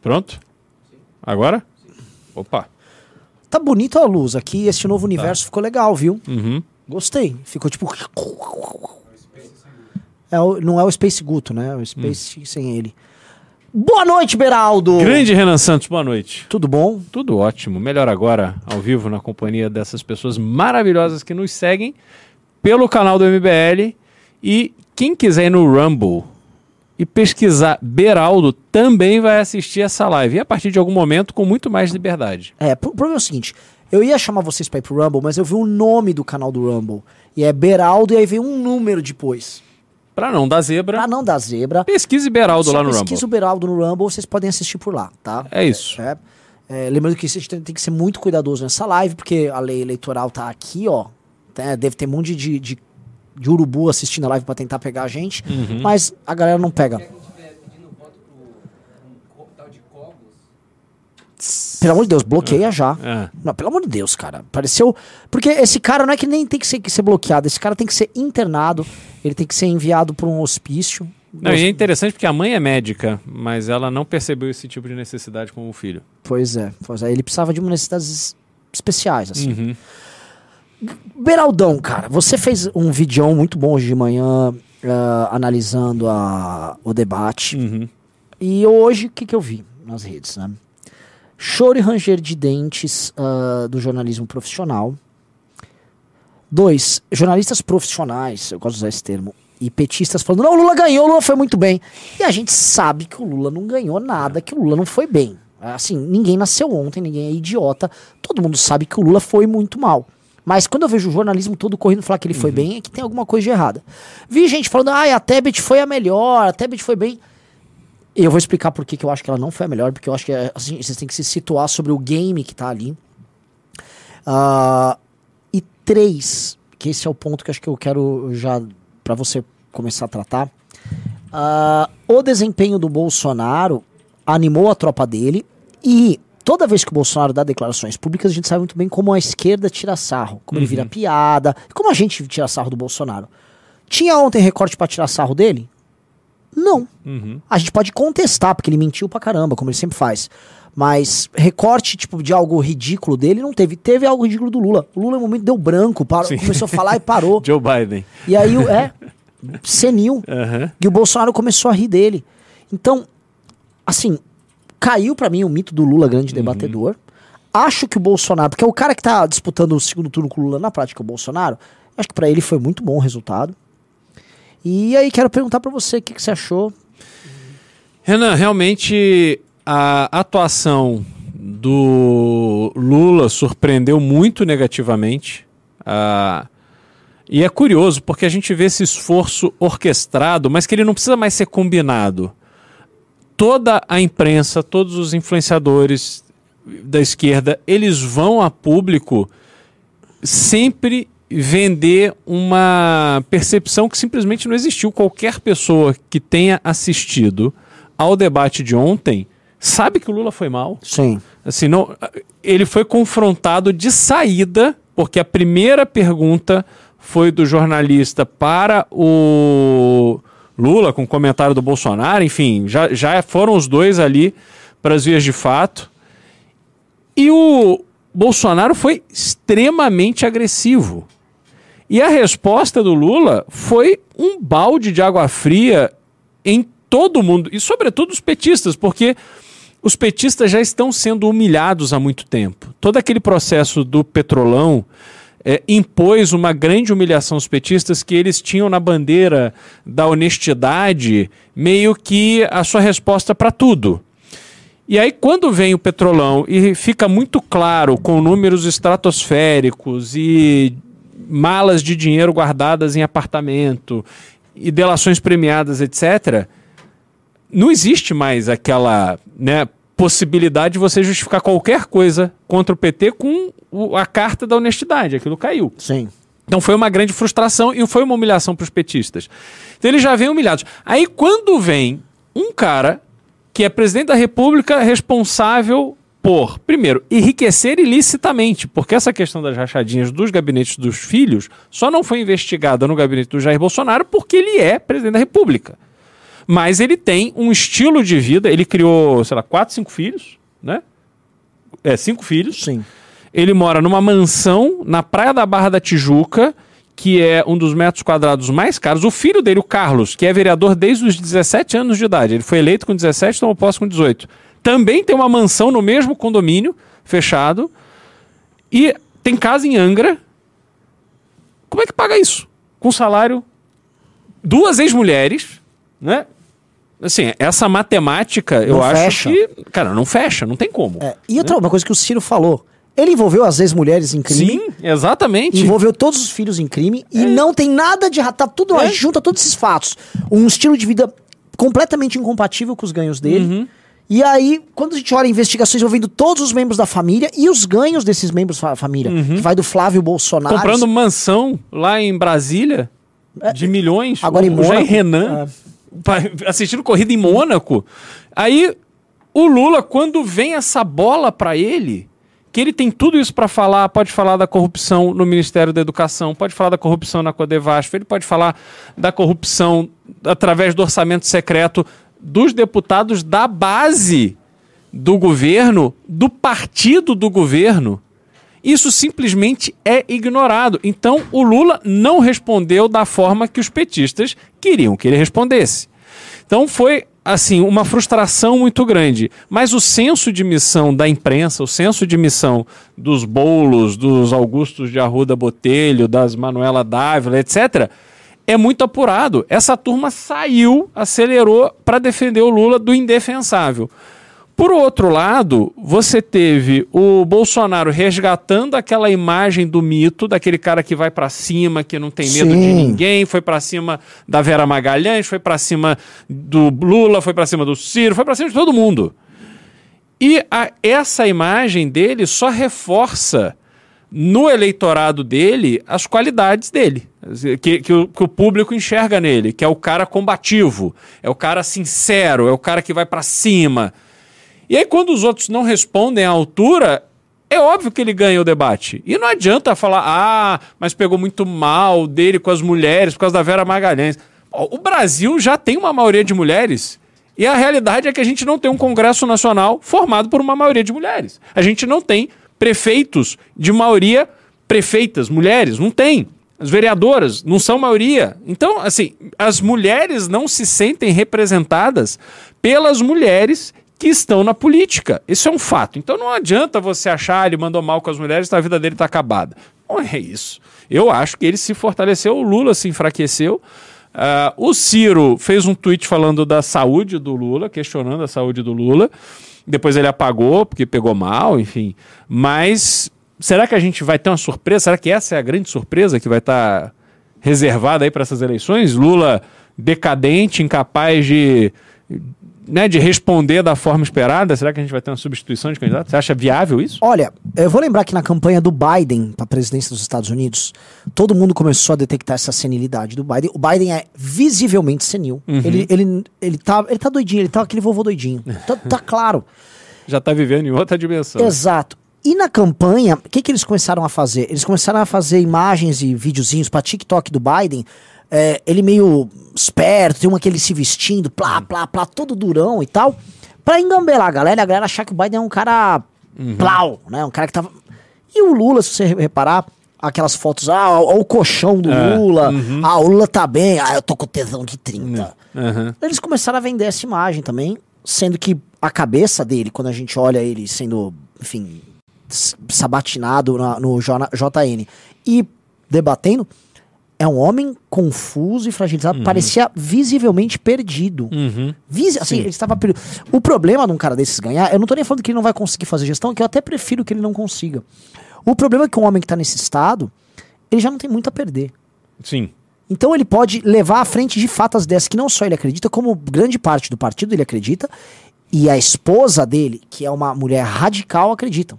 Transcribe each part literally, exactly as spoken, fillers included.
Pronto? Agora? Opa. Tá bonito a luz aqui, esse novo universo tá. Ficou legal, viu? Uhum. Gostei. Ficou tipo... É o, não é o Space Guto, né? É o Space hum. sem ele. Boa noite, Beraldo! Grande Renan Santos, boa noite. Tudo bom? Tudo ótimo. Melhor agora, ao vivo, na companhia dessas pessoas maravilhosas que nos seguem pelo canal do M B L. E quem quiser ir no Rumble e pesquisar Beraldo também vai assistir essa live. E a partir de algum momento, com muito mais liberdade. É, o problema é o seguinte... Eu ia chamar vocês pra ir pro Rumble, mas eu vi o nome do canal do Rumble. E é Beraldo, e aí vem um número depois. Pra não dar zebra. Pra não dar zebra. Pesquise Beraldo lá no Rumble. Pesquise o Beraldo no Rumble, vocês podem assistir por lá, tá? É isso. É, é, lembrando que vocês tem, tem que ser muito cuidadoso nessa live, porque a lei eleitoral tá aqui, ó. Tá, deve ter um monte de, de, de urubu assistindo a live pra tentar pegar a gente. Uhum. Mas a galera não pega. Pelo amor de Deus, bloqueia já. É. Não, pelo amor de Deus, cara. Pareceu... Porque esse cara não é que nem tem que ser, que ser bloqueado. Esse cara tem que ser internado. Ele tem que ser enviado para um hospício. Não, e é interessante porque a mãe é médica, mas ela não percebeu esse tipo de necessidade com o filho. Pois é. Pois é. Ele precisava de uma necessidades especiais, assim. Uhum. Beraldão, cara. Você fez um vídeo muito bom hoje de manhã uh, analisando a, o debate. Uhum. E hoje, o que, que eu vi nas redes, né? Choro e ranger de dentes uh, do jornalismo profissional. Dois, jornalistas profissionais, eu gosto de usar esse termo, e petistas falando, não, o Lula ganhou, o Lula foi muito bem. E a gente sabe que o Lula não ganhou nada, que o Lula não foi bem. Assim, ninguém nasceu ontem, ninguém é idiota, todo mundo sabe que o Lula foi muito mal. Mas quando eu vejo o jornalismo todo correndo falar que ele foi uhum. bem, é que tem alguma coisa de errada. Vi gente falando, ah, a Tebet foi a melhor, a Tebet foi bem... Eu vou explicar por que eu acho que ela não foi a melhor, porque eu acho que assim, vocês têm que se situar sobre o game que tá ali. Uh, e três, que esse é o ponto que eu acho que eu quero já, pra você começar a tratar. Uh, o desempenho do Bolsonaro animou a tropa dele e toda vez que o Bolsonaro dá declarações públicas, a gente sabe muito bem como a esquerda tira sarro, como uhum. ele vira piada, como a gente tira sarro do Bolsonaro. Tinha ontem recorte pra tirar sarro dele? Não. Uhum. A gente pode contestar, porque ele mentiu pra caramba, como ele sempre faz. Mas recorte tipo, de algo ridículo dele não teve. Teve algo ridículo do Lula. O Lula, no momento, deu branco, parou, começou a falar e parou. Joe Biden. E aí, é, senil. Uhum. E o Bolsonaro começou a rir dele. Então, assim, caiu pra mim o mito do Lula grande debatedor. Uhum. Acho que o Bolsonaro, porque é o cara que tá disputando o segundo turno com o Lula na prática, o Bolsonaro, acho que pra ele foi muito bom o resultado. E aí quero perguntar pra você, o que, que você achou? Renan, realmente a atuação do Lula surpreendeu muito negativamente. Uh, e é curioso, porque a gente vê esse esforço orquestrado, mas que ele não precisa mais ser combinado. Toda a imprensa, todos os influenciadores da esquerda, eles vão a público sempre vender uma percepção que simplesmente não existiu. Qualquer pessoa que tenha assistido ao debate de ontem sabe que o Lula foi mal. Sim. Assim, não, ele foi confrontado de saída, porque a primeira pergunta foi do jornalista para o Lula, com comentário do Bolsonaro, enfim, já, já foram os dois ali para as vias de fato. E o Bolsonaro foi extremamente agressivo. E a resposta do Lula foi um balde de água fria em todo mundo, e sobretudo os petistas, porque os petistas já estão sendo humilhados há muito tempo. Todo aquele processo do Petrolão é, impôs uma grande humilhação aos petistas, que eles tinham na bandeira da honestidade meio que a sua resposta para tudo. E aí quando vem o Petrolão e fica muito claro, com números estratosféricos e malas de dinheiro guardadas em apartamento e delações premiadas, etcétera, não existe mais aquela, né, possibilidade de você justificar qualquer coisa contra o P T com o, a carta da honestidade. Aquilo caiu. Sim. Então foi uma grande frustração e foi uma humilhação para os petistas. Então eles já vêm humilhados. Aí quando vem um cara que é presidente da República responsável por, primeiro, enriquecer ilicitamente, porque essa questão das rachadinhas dos gabinetes dos filhos só não foi investigada no gabinete do Jair Bolsonaro porque ele é presidente da República. mas ele tem um estilo de vida, ele criou, sei lá, quatro, cinco filhos, né? É, cinco filhos. Sim. Ele mora numa mansão na Praia da Barra da Tijuca, que é um dos metros quadrados mais caros. O filho dele, o Carlos, que é vereador desde os dezessete anos de idade, ele foi eleito com dezessete, tomou posse com dezoito. Também tem uma mansão no mesmo condomínio, fechado, e tem casa em Angra. Como é que paga isso? Com salário, duas ex-mulheres, né? Assim, essa matemática, não eu fecha. acho que, cara, não fecha, não tem como. É, e outra, né? Uma coisa que o Ciro falou, ele envolveu as ex-mulheres em crime. Sim, exatamente. Envolveu todos os filhos em crime é. e não tem nada de errado, tá tudo lá, é. junta todos esses fatos. Um estilo de vida completamente incompatível com os ganhos dele. Uhum. E aí, quando a gente olha investigações envolvendo todos os membros da família e os ganhos desses membros da família, uhum. que vai do Flávio Bolsonaro... Comprando mansão lá em Brasília, é, de milhões. Agora em Mônaco. Jair Renan, é. assistindo corrida em Mônaco. Aí, o Lula, quando vem essa bola pra ele, que ele tem tudo isso pra falar, pode falar da corrupção no Ministério da Educação, pode falar da corrupção na Codevasf, ele pode falar da corrupção através do orçamento secreto dos deputados da base do governo, do partido do governo. Isso simplesmente é ignorado. Então, o Lula não respondeu da forma que os petistas queriam que ele respondesse. Então, foi, assim, uma frustração muito grande. Mas o senso de missão da imprensa, o senso de missão dos Boulos, dos Augustos de Arruda Botelho, das Manuela Dávila, etcétera, é muito apurado. Essa turma saiu, acelerou para defender o Lula do indefensável. Por outro lado, você teve o Bolsonaro resgatando aquela imagem do mito, daquele cara que vai para cima, que não tem medo Sim. de ninguém, foi para cima da Vera Magalhães, foi para cima do Lula, foi para cima do Ciro, foi para cima de todo mundo. E a, essa imagem dele só reforça no eleitorado dele as qualidades dele, que, que, o, que o público enxerga nele, que é o cara combativo, é o cara sincero, é o cara que vai para cima. E aí quando os outros não respondem à altura, é óbvio que ele ganha o debate. E não adianta falar, ah, mas pegou muito mal dele com as mulheres por causa da Vera Magalhães. O Brasil já tem uma maioria de mulheres e a realidade é que a gente não tem um Congresso Nacional formado por uma maioria de mulheres. A gente não tem prefeitos de maioria, prefeitas, mulheres, não tem. As vereadoras não são maioria. Então, assim, as mulheres não se sentem representadas pelas mulheres que estão na política. Isso é um fato. Então não adianta você achar, ele mandou mal com as mulheres, então a vida dele está acabada. Não é isso. Eu acho que ele se fortaleceu, o Lula se enfraqueceu. Uh, o Ciro fez um tweet falando da saúde do Lula, questionando a saúde do Lula. Depois ele apagou, porque pegou mal, enfim. Mas será que a gente vai ter uma surpresa? Será que essa é a grande surpresa que vai estar tá reservada aí para essas eleições? Lula decadente, incapaz de, né, de responder da forma esperada? Será que a gente vai ter uma substituição de candidato? Você acha viável isso? Olha, eu vou lembrar que na campanha do Biden para a presidência dos Estados Unidos, todo mundo começou a detectar essa senilidade do Biden. O Biden é visivelmente senil. Uhum. Ele, ele, ele, tá, ele tá doidinho, ele tá aquele vovô doidinho. Tá, tá claro. Já tá vivendo em outra dimensão. Exato. E na campanha, o que, que eles começaram a fazer? Eles começaram a fazer imagens e videozinhos para TikTok do Biden. É, ele meio esperto, tem uma que ele se vestindo, plá, plá, plá, todo durão e tal, pra engambelar a galera, a galera achar que o Biden é um cara uhum. plau, né, um cara que tava... E o Lula, se você reparar, aquelas fotos, ah, ó, o colchão do é. Lula, uhum. ah, o Lula tá bem, ah, eu tô com tesão de trinta. Uhum. Eles começaram a vender essa imagem também, sendo que a cabeça dele, quando a gente olha ele sendo, enfim, sabatinado na, no J N e debatendo, é um homem confuso e fragilizado, uhum. parecia visivelmente perdido. Uhum. Visi assim, ele estava perdido. O problema de um cara desses ganhar, eu não tô nem falando que ele não vai conseguir fazer gestão, que eu até prefiro que ele não consiga. O problema é que um homem que tá nesse estado, ele já não tem muito a perder. Sim. Então ele pode levar à frente de fatas dessas que não só ele acredita, como grande parte do partido ele acredita, e a esposa dele, que é uma mulher radical, acreditam.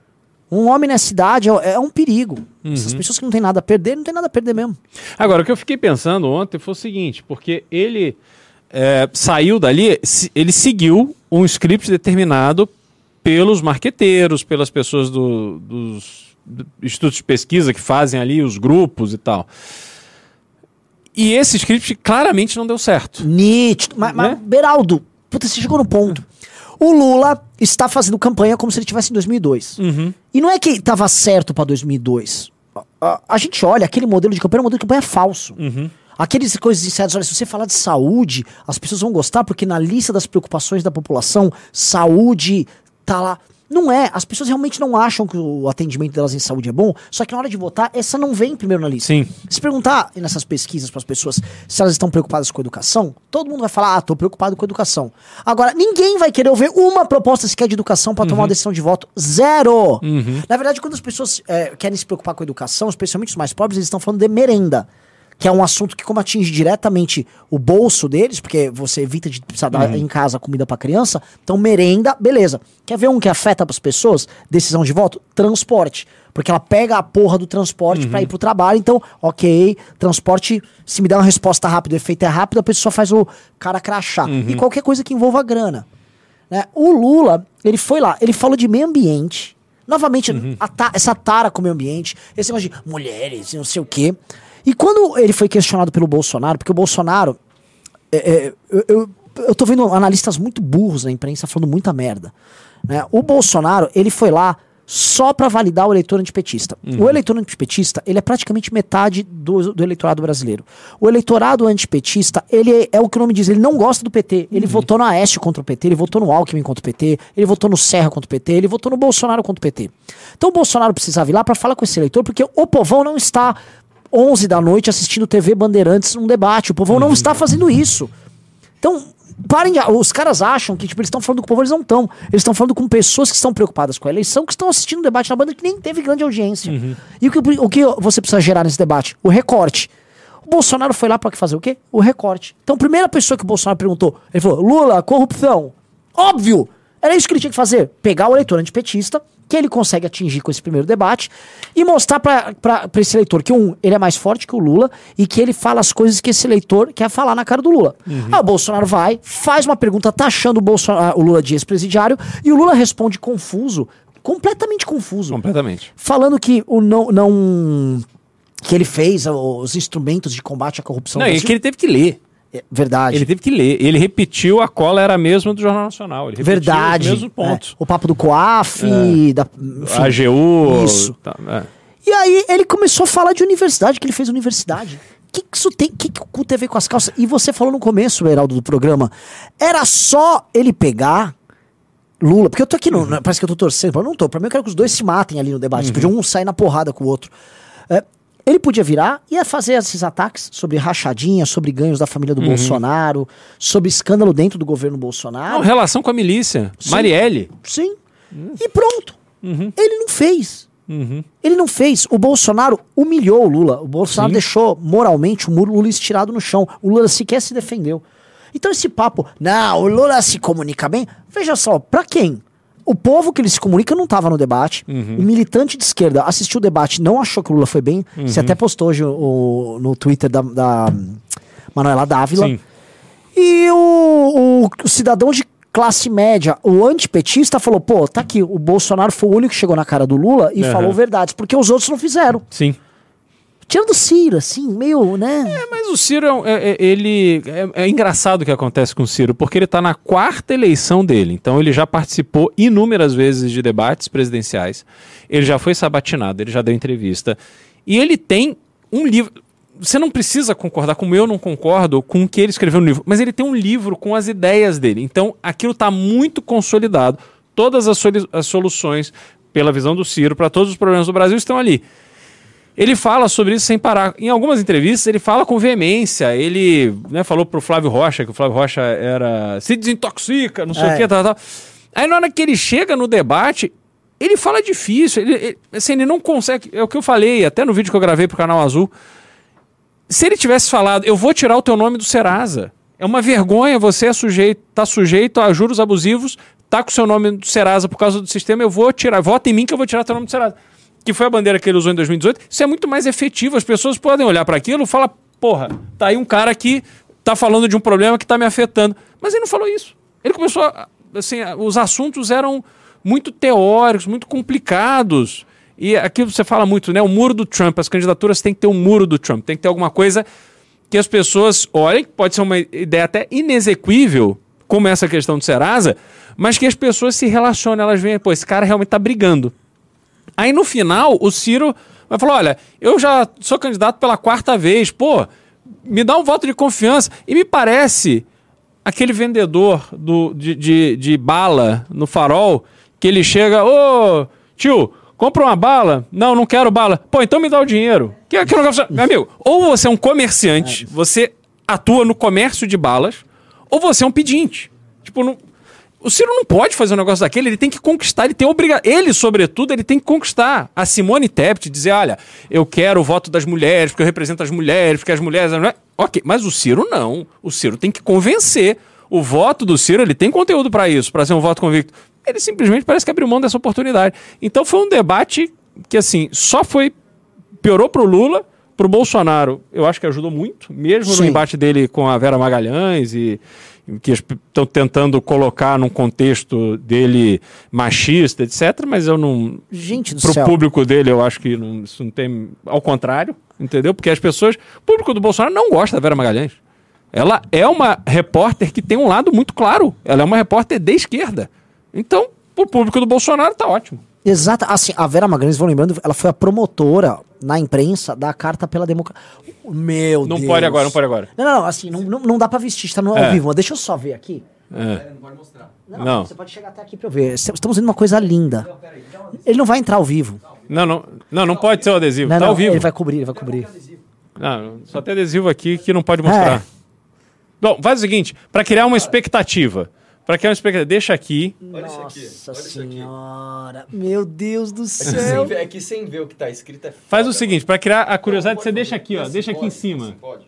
Um homem nessa cidade é, é um perigo. Uhum. Essas pessoas que não tem nada a perder, não tem nada a perder mesmo. Agora, o que eu fiquei pensando ontem foi o seguinte, porque ele é, saiu dali, ele seguiu um script determinado pelos marqueteiros, pelas pessoas do, dos institutos de pesquisa que fazem ali os grupos e tal. E esse script claramente não deu certo. Nítido. Mas, Né? mas Beraldo, puta, você chegou no ponto. O Lula está fazendo campanha como se ele estivesse em dois mil e dois. Uhum. E não é que estava certo para dois mil e dois. A, a, a gente olha, aquele modelo de campanha é um modelo de campanha falso. Uhum. Aqueles coisas incertas, olha, se você falar de saúde, as pessoas vão gostar, porque na lista das preocupações da população, saúde tá lá. Não é, as pessoas realmente não acham que o atendimento delas em saúde é bom, só que na hora de votar, essa não vem primeiro na lista. Sim. Se perguntar nessas pesquisas para as pessoas se elas estão preocupadas com a educação, todo mundo vai falar, ah, tô preocupado com a educação. Agora, ninguém vai querer ouvir uma proposta sequer de educação para Uhum. tomar uma decisão de voto. Zero! Uhum. Na verdade, quando as pessoas é, querem se preocupar com a educação, especialmente os mais pobres, eles estão falando de merenda. Que é um assunto que, como atinge diretamente o bolso deles, porque você evita de precisar dar Uhum. em casa comida pra criança, então merenda, beleza. Quer ver um que afeta as pessoas? Decisão de voto? Transporte. Porque ela pega a porra do transporte Uhum. pra ir pro trabalho, então, ok, transporte, se me der uma resposta rápida, o efeito é rápido, a pessoa faz o cara crachá. Uhum. E qualquer coisa que envolva grana. Né? O Lula, ele foi lá, ele falou de meio ambiente. Novamente, Uhum. a ta- essa tara com o meio ambiente, esse negócio de mulheres e não sei o quê. E quando ele foi questionado pelo Bolsonaro, porque o Bolsonaro, é, é, eu, eu, eu tô vendo analistas muito burros na imprensa falando muita merda. Né? O Bolsonaro, ele foi lá só pra validar o eleitor antipetista. Uhum. O eleitor antipetista, ele é praticamente metade do, do eleitorado brasileiro. O eleitorado antipetista, ele é, é o que o nome diz, ele não gosta do P T. Ele Uhum. votou no Aécio contra o P T, ele votou no Alckmin contra o P T, ele votou no Serra contra o P T, ele votou no Bolsonaro contra o P T. Então o Bolsonaro precisava ir lá pra falar com esse eleitor, porque o povão não está onze da noite assistindo T V Bandeirantes num debate. O povão não Uhum. está fazendo isso. Então, parem de, os caras acham que tipo, eles estão falando com o povo, eles não estão. Eles estão falando com pessoas que estão preocupadas com a eleição, que estão assistindo o debate na banda que nem teve grande audiência. Uhum. E o que, o que você precisa gerar nesse debate? O recorte. O Bolsonaro foi lá para fazer o quê? O recorte. Então, a primeira pessoa que o Bolsonaro perguntou, ele falou, Lula, corrupção. Óbvio! Era isso que ele tinha que fazer. Pegar o eleitor antipetista, que ele consegue atingir com esse primeiro debate, e mostrar pra, pra, pra esse eleitor que, um, ele é mais forte que o Lula, e que ele fala as coisas que esse eleitor quer falar na cara do Lula. Uhum. Ah, o Bolsonaro vai, faz uma pergunta taxando o, Bolsonaro, o Lula de ex-presidiário, e o Lula responde confuso, completamente confuso. Completamente. Falando que o não... não que ele fez os instrumentos de combate à corrupção. Não, no e Brasil. que ele teve que ler. É verdade. Ele teve que ler. Ele repetiu a cola era a mesma do Jornal Nacional. Ele repetiu Verdade. os mesmos pontos. É. O papo do COAF, É. da, enfim. A G U. Isso. Tá, é. E aí ele começou a falar de universidade, que ele fez universidade. O que, que isso tem? O que, que o cu tem a ver com as calças? E você falou no começo, Heraldo, do programa. Era só ele pegar Lula, porque eu tô aqui, no, Uhum. parece que eu tô torcendo, mas eu não tô. Pra mim eu quero que os dois se matem ali no debate. Uhum. Podia um sair na porrada com o outro. É, ele podia virar e ia fazer esses ataques sobre rachadinha, sobre ganhos da família do Uhum. Bolsonaro, sobre escândalo dentro do governo Bolsonaro. Não, relação com a milícia. Sim. Marielle. Sim. E pronto. Uhum. Ele não fez. Uhum. Ele não fez. O Bolsonaro humilhou o Lula. O Bolsonaro Sim. deixou moralmente o Lula estirado no chão. O Lula sequer se defendeu. Então esse papo, não, o Lula se comunica bem. Veja só, pra quem? O povo que ele se comunica não estava no debate. Uhum. O militante de esquerda assistiu o debate, não achou que o Lula foi bem. Uhum. Você até postou hoje o, no Twitter da, da Manuela Dávila. Sim. E o, o, o cidadão de classe média, o antipetista, falou, pô, tá aqui, o Bolsonaro foi o único que chegou na cara do Lula e Uhum. falou verdades, porque os outros não fizeram. Sim. Tirando o Ciro, assim, meio, né? É, mas o Ciro, é, um- é- é- ele... É, é engraçado o que acontece com o Ciro, porque ele está na quarta eleição dele. Então ele já participou inúmeras vezes de debates presidenciais. Ele já foi sabatinado, ele já deu entrevista. E ele tem um livro... Você não precisa concordar, como eu não concordo com o que ele escreveu no livro, mas ele tem um livro com as ideias dele. Então aquilo está muito consolidado. Todas as, solu- as soluções, pela visão do Ciro, para todos os problemas do Brasil estão ali. Ele fala sobre isso sem parar. Em algumas entrevistas ele fala com veemência. Ele, né, falou pro Flávio Rocha, que o Flávio Rocha era... se desintoxica, não sei É. o que, tal, tal. Aí na hora que ele chega no debate, ele fala difícil. Ele, ele, assim, ele não consegue... É o que eu falei, até no vídeo que eu gravei pro Canal Azul. Se ele tivesse falado, eu vou tirar o teu nome do Serasa. É uma vergonha, você é sujeito, tá sujeito a juros abusivos, tá com o seu nome do Serasa por causa do sistema, eu vou tirar. Vota em mim que eu vou tirar teu nome do Serasa. Que foi a bandeira que ele usou em dois mil e dezoito, isso é muito mais efetivo. As pessoas podem olhar para aquilo e falar, porra, tá aí um cara que tá falando de um problema que tá me afetando. Mas ele não falou isso. Ele começou, a, assim, a, os assuntos eram muito teóricos, muito complicados. E aqui você fala muito, né, o muro do Trump, as candidaturas têm que ter um muro do Trump, tem que ter alguma coisa que as pessoas olhem, pode ser uma ideia até inexequível, como essa questão do Serasa, mas que as pessoas se relacionem, elas veem, pô, esse cara realmente tá brigando. Aí no final, o Ciro vai falar, olha, eu já sou candidato pela quarta vez, pô, me dá um voto de confiança. E me parece aquele vendedor do, de, de, de bala no Farol, que ele chega, ô, tio, compra uma bala? Não, não quero bala. Pô, então me dá o dinheiro. Que, que negócio... Meu amigo, ou você é um comerciante, você atua no comércio de balas, ou você é um pedinte. Tipo, não... o Ciro não pode fazer um negócio daquele, ele tem que conquistar, ele tem obrigação. Ele, sobretudo, ele tem que conquistar. A Simone Tebet dizer, olha, eu quero o voto das mulheres, porque eu represento as mulheres, porque as mulheres... Ok, mas o Ciro não. O Ciro tem que convencer. O voto do Ciro, ele tem conteúdo para isso, para ser um voto convicto. Ele simplesmente parece que abriu mão dessa oportunidade. Então foi um debate que, assim, só foi... piorou pro Lula, pro Bolsonaro, eu acho que ajudou muito, mesmo Sim. no embate dele com a Vera Magalhães e... que estão tentando colocar num contexto dele machista, etcétera, mas eu não... Gente do pro céu. público dele, eu acho que não, isso não tem... Ao contrário, entendeu? Porque as pessoas... O público do Bolsonaro não gosta da Vera Magalhães. Ela é uma repórter que tem um lado muito claro. Ela é uma repórter de esquerda. Então, pro público do Bolsonaro tá ótimo. Exato. Assim, a Vera Magalhães, vão lembrando, ela foi a promotora na imprensa da Carta pela Democracia. Meu Não Deus. pode agora, não pode agora. Não, não, não, assim, não, não, não dá pra vestir, está no É. ao vivo. Mas deixa eu só ver aqui. É. Não pode mostrar. Não, Não. Você pode chegar até aqui pra eu ver. Estamos vendo uma coisa linda. Ele não vai entrar ao vivo. Não, não, não, não pode ser o adesivo. Não, tá não, ao vivo. ele vai cobrir, ele vai cobrir. Não, só tem adesivo aqui que não pode mostrar. É. Bom, faz o seguinte, para criar uma expectativa. Para criar uma expectativa, deixa aqui. Olha isso aqui. Nossa Olha isso aqui. senhora. Meu Deus do É que, céu. sem ver, é que sem ver o que tá escrito é foda, Faz o mano. seguinte, para criar a curiosidade, Pode você fazer. deixa aqui, ó, Assim deixa aqui pode, em cima. assim pode.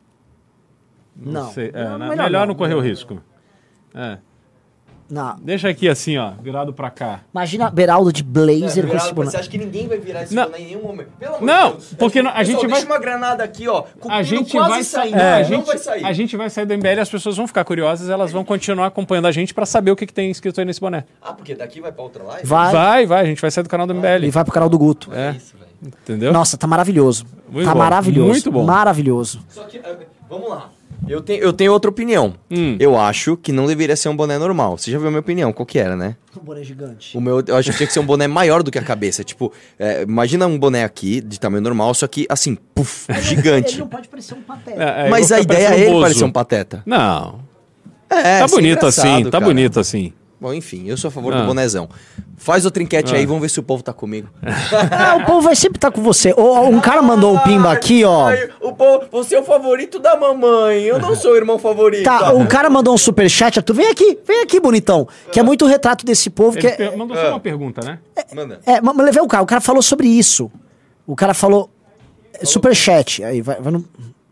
Não. Sei, é, Não, na- melhor melhor, não. não correr o risco. É. Não. Deixa aqui assim, ó, virado para cá. Imagina Beraldo de Não, blazer com virar- esse boné. você acha que ninguém vai virar esse Não. boné em nenhum momento? Pelo amor Não, de Deus. porque É, não- a gente pessoal, vai- deixa uma granada aqui, ó. Com o A pino gente quase vai sair, saindo. é, a, não gente, vai sair. a gente vai sair do M B L e as pessoas vão ficar curiosas, elas vão continuar acompanhando a gente para saber o que, que tem escrito aí nesse boné. Ah, porque daqui vai pra outra live? Vai. Vai, vai, a gente vai sair do canal do M B L. E vai pro canal do Guto. É, Isso, velho. entendeu? Nossa, tá maravilhoso. Muito tá bom. maravilhoso. Muito bom. Maravilhoso. Só que, eh, vamos lá. Eu tenho, eu tenho outra opinião. Hum. Eu acho que não deveria ser um boné normal. Você já viu a minha opinião? Qual que era, né? Um boné gigante. O meu, eu acho que tinha que ser um boné maior do que a cabeça. Tipo, é, imagina um boné aqui, de tamanho normal, só que assim, puf, Ele gigante. não pode parecer um pateta. É, é, Mas eu a vou ficar ideia é parecendo ele Bozo. parecer um pateta. Não, É, tá isso é bonito engraçado, assim, tá cara. bonito assim. Bom, enfim, eu sou a favor Ah. do bonézão. Faz outra enquete Ah. aí, vamos ver se o povo tá comigo. Ah, o povo vai sempre estar com você. Ô, um cara mandou um pimba aqui, ó. Ai, o povo, você é o favorito da mamãe, eu não sou o irmão favorito. Tá, um cara mandou um superchat. Tu vem aqui, vem aqui, bonitão. Que é muito retrato desse povo. Que Ele é, per- mandou só uma pergunta, né? Manda. é, mas levei o cara. O cara falou sobre isso. O cara falou. Superchat. Aí, vai, vai no.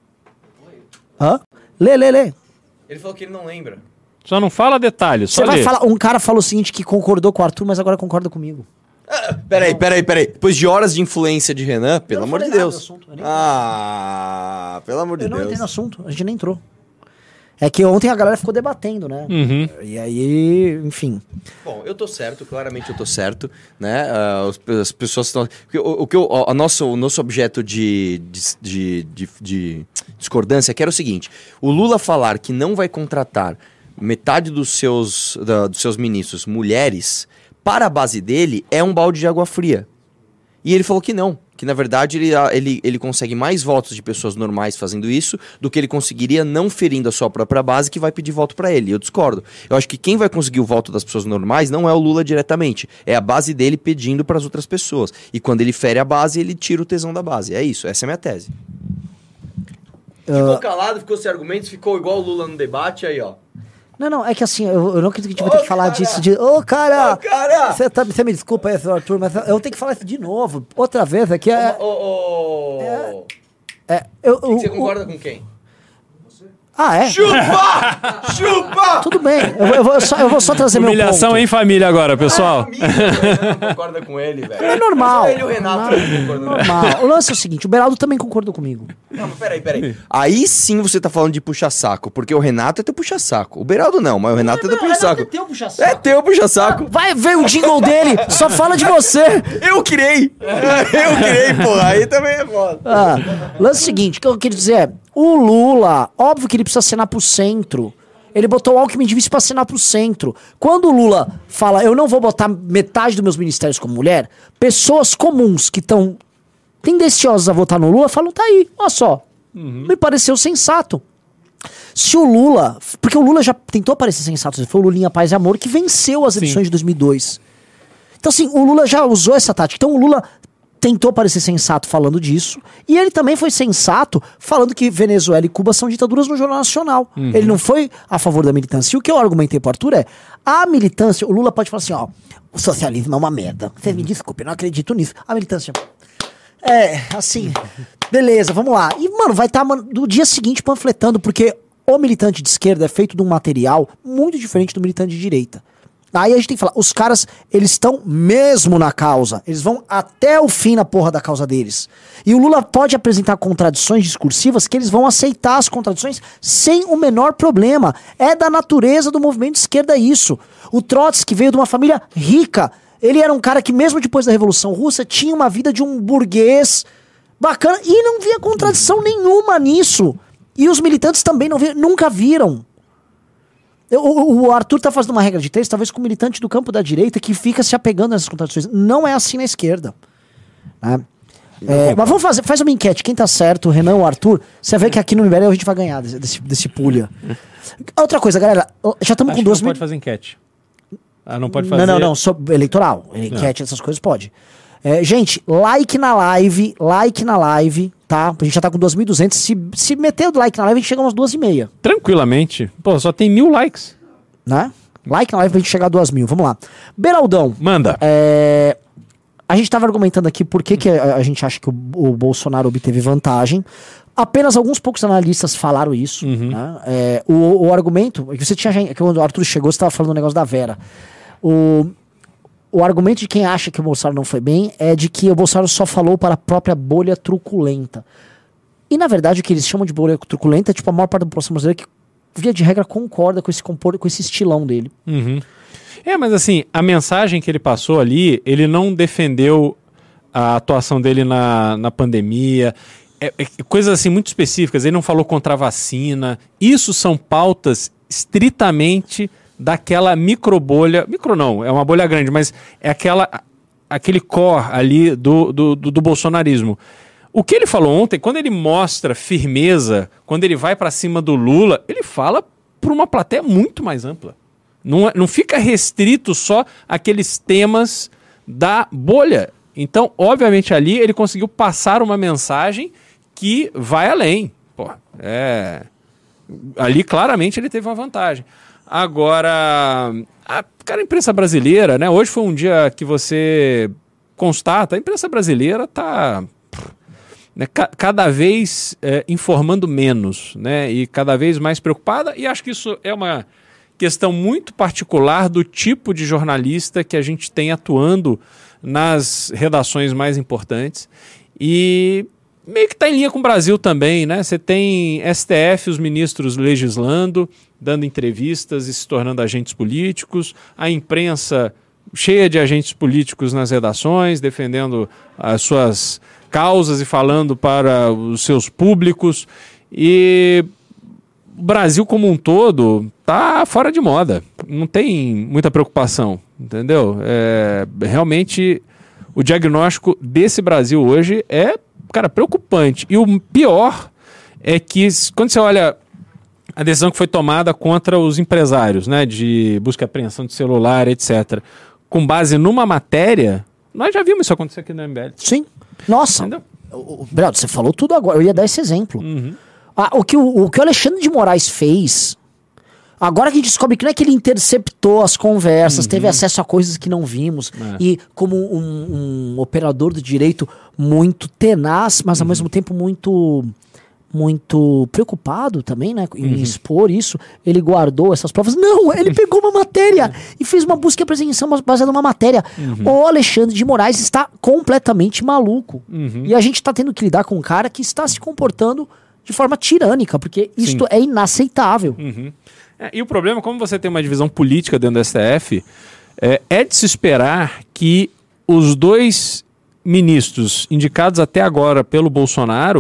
Hã? Lê, lê, lê. Ele falou que ele não lembra. Só não fala detalhes, só Você vai lê. falar. Um cara falou o seguinte: que concordou com o Arthur, mas agora concorda comigo. Ah, peraí, peraí, peraí. Depois de horas de influência de Renan, pelo não amor de falei nada Deus. do assunto, eu nem- Ah, pelo amor de Eu não Deus. entrei no assunto, a gente nem entrou. É que ontem a galera ficou debatendo, né? Uhum. E aí, enfim. Bom, eu tô certo, claramente eu tô certo, né? Ah, os- as pessoas estão. porque O, o que eu, a nosso, o nosso objeto de, de, de, de- de discordância aqui era o seguinte: o Lula falar que não vai contratar metade dos seus, da- dos seus ministros mulheres, para a base dele é um balde de água fria. E ele falou que não. Que na verdade ele, ele, ele consegue mais votos de pessoas normais fazendo isso do que ele conseguiria não ferindo a sua própria base que vai pedir voto pra ele. Eu discordo. Eu acho que quem vai conseguir o voto das pessoas normais não é o Lula diretamente. É a base dele pedindo pras outras pessoas. E quando ele fere a base, ele tira o tesão da base. É isso. Essa é a minha tese. Ficou calado, ficou sem argumentos, ficou igual o Lula no debate aí, ó. Não, não, é que assim, eu, eu não acredito que a gente vai ter Ô, que falar cara! disso de. Ô, cara! Ô, cara! Você tá, você me desculpa aí, senhor Arthur, mas eu tenho que falar isso de novo. Outra vez aqui é. Ô, ô, ô. é eu, eu- Você o- concorda com quem? Ah, é? Chupa! Chupa! Tudo bem, eu, eu vou só, eu vou só trazer meu Humilhação ponto. em família agora, pessoal. Amigo, o Renan não concorda com ele, velho. É normal. Só ele e o Renato normal, não concordam. normal. O lance é o seguinte, o Beraldo também concordou comigo. Não, mas peraí, peraí. Aí sim você tá falando de puxa-saco, porque o Renato é teu puxa-saco. O Beraldo não, mas o Renato é teu puxa-saco. É teu puxa-saco. Vai ver o jingle dele, só fala de você. Eu criei! Eu criei, porra. Aí também é foda. Ah, o lance é o seguinte, o que eu queria dizer é, O Lula, óbvio que ele precisa acenar pro centro. Ele botou o Alckmin de vice pra acenar pro centro. Quando o Lula fala, eu não vou botar metade dos meus ministérios como mulher, pessoas comuns que estão tendenciosas a votar no Lula falam, tá aí, olha só. Uhum. Me pareceu sensato. Se o Lula... Porque o Lula já tentou parecer sensato. Foi o Lulinha Paz e Amor que venceu as eleições Sim. de dois mil e dois. Então, assim, o Lula já usou essa tática. Então, o Lula tentou parecer sensato falando disso. E ele também foi sensato falando que Venezuela e Cuba são ditaduras no Jornal Nacional. Uhum. Ele não foi a favor da militância. E o que eu argumentei pro Arthur é... A militância... O Lula pode falar assim, ó... O socialismo é uma merda. Vocês me desculpem, eu não acredito nisso. A militância... É, assim... Beleza, vamos lá. E, mano, vai estar tá, no dia seguinte panfletando, porque o militante de esquerda é feito de um material muito diferente do militante de direita. Aí a gente tem que falar, os caras, eles estão mesmo na causa. Eles vão até o fim na porra da causa deles. E o Lula pode apresentar contradições discursivas que eles vão aceitar as contradições sem o menor problema. É da natureza do movimento de esquerda isso. O Trotsky veio de uma família rica. Ele era um cara que mesmo depois da Revolução Russa tinha uma vida de um burguês bacana. E não via contradição nenhuma nisso. E os militantes também não viram, nunca viram. O, o Arthur tá fazendo uma regra de três, talvez com o militante do campo da direita que fica se apegando nessas contradições. Não é assim na esquerda. Né? É, mas vamos fazer, faz uma enquete. Quem tá certo, o Renan ou o Arthur? Você vê que aqui no M B L a gente vai ganhar desse, desse, desse pulha. Outra coisa, galera. Já estamos com duas mil... Não mil... pode fazer enquete. Ah, não pode fazer... Não, não, não. Sobre eleitoral. Enquete, essas coisas pode. É, gente, like na live. Like na live. Tá? A gente já tá com dois mil e duzentos. Se, se meter o like na live, a gente chega umas duas e meia. Tranquilamente. Pô, só tem mil likes. Né? Like na live pra gente chegar a duas mil. Vamos lá. Beraldão. Manda. É, a gente tava argumentando aqui por que, que a, a gente acha que o, o Bolsonaro obteve vantagem. Apenas alguns poucos analistas falaram isso. Uhum. Né? É, o, o argumento... Que você tinha, que quando o Arthur chegou, você tava falando do negócio da Vera. O... O argumento de quem acha que o Bolsonaro não foi bem é de que o Bolsonaro só falou para a própria bolha truculenta. E, na verdade, o que eles chamam de bolha truculenta é tipo a maior parte da população brasileira que, via de regra, concorda com esse, compor, com esse estilão dele. Uhum. É, mas assim, a mensagem que ele passou ali, ele não defendeu a atuação dele na, na pandemia, é, é, coisas assim muito específicas. Ele não falou contra a vacina. Isso são pautas estritamente... daquela microbolha, micro não, é uma bolha grande, mas é aquela, aquele core ali do, do, do, do bolsonarismo. O que ele falou ontem, quando ele mostra firmeza, quando ele vai para cima do Lula, ele fala para uma plateia muito mais ampla. Não, não fica restrito só àqueles temas da bolha. Então, obviamente, ali ele conseguiu passar uma mensagem que vai além. Pô, é... Ali, claramente, ele teve uma vantagem. Agora, a, cara, a imprensa brasileira, né? Hoje foi um dia que você constata, a imprensa brasileira está né, ca, cada vez é, informando menos, né? E cada vez mais preocupada, e acho que isso é uma questão muito particular do tipo de jornalista que a gente tem atuando nas redações mais importantes. E meio que está em linha com o Brasil também, né? Você tem S T F, os ministros legislando, dando entrevistas e se tornando agentes políticos, a imprensa cheia de agentes políticos nas redações, defendendo as suas causas e falando para os seus públicos. E o Brasil como um todo está fora de moda, não tem muita preocupação, entendeu? É, realmente o diagnóstico desse Brasil hoje é, cara, preocupante. E o pior é que quando você olha a decisão que foi tomada contra os empresários, né, de busca e apreensão de celular, etcétera, com base numa matéria, nós já vimos isso acontecer aqui no M B L. Sim. Nossa. Entendeu? O, o, Beraldo, você falou tudo agora. Eu ia dar esse exemplo. Uhum. Ah, o, que, o, o que o Alexandre de Moraes fez, agora que a gente descobre que não é que ele interceptou as conversas, uhum. teve acesso a coisas que não vimos, é. e como um, um operador do direito muito tenaz, mas ao uhum. mesmo tempo muito... muito preocupado também, né, em uhum. expor isso, ele guardou essas provas. Não, ele pegou uma matéria e fez uma busca e apreensão baseada numa matéria. Uhum. O Alexandre de Moraes está completamente maluco. Uhum. E a gente está tendo que lidar com um cara que está se comportando de forma tirânica, porque isto Sim. é inaceitável. Uhum. É, e o problema, como você tem uma divisão política dentro do S T F, é, é de se esperar que os dois ministros indicados até agora pelo Bolsonaro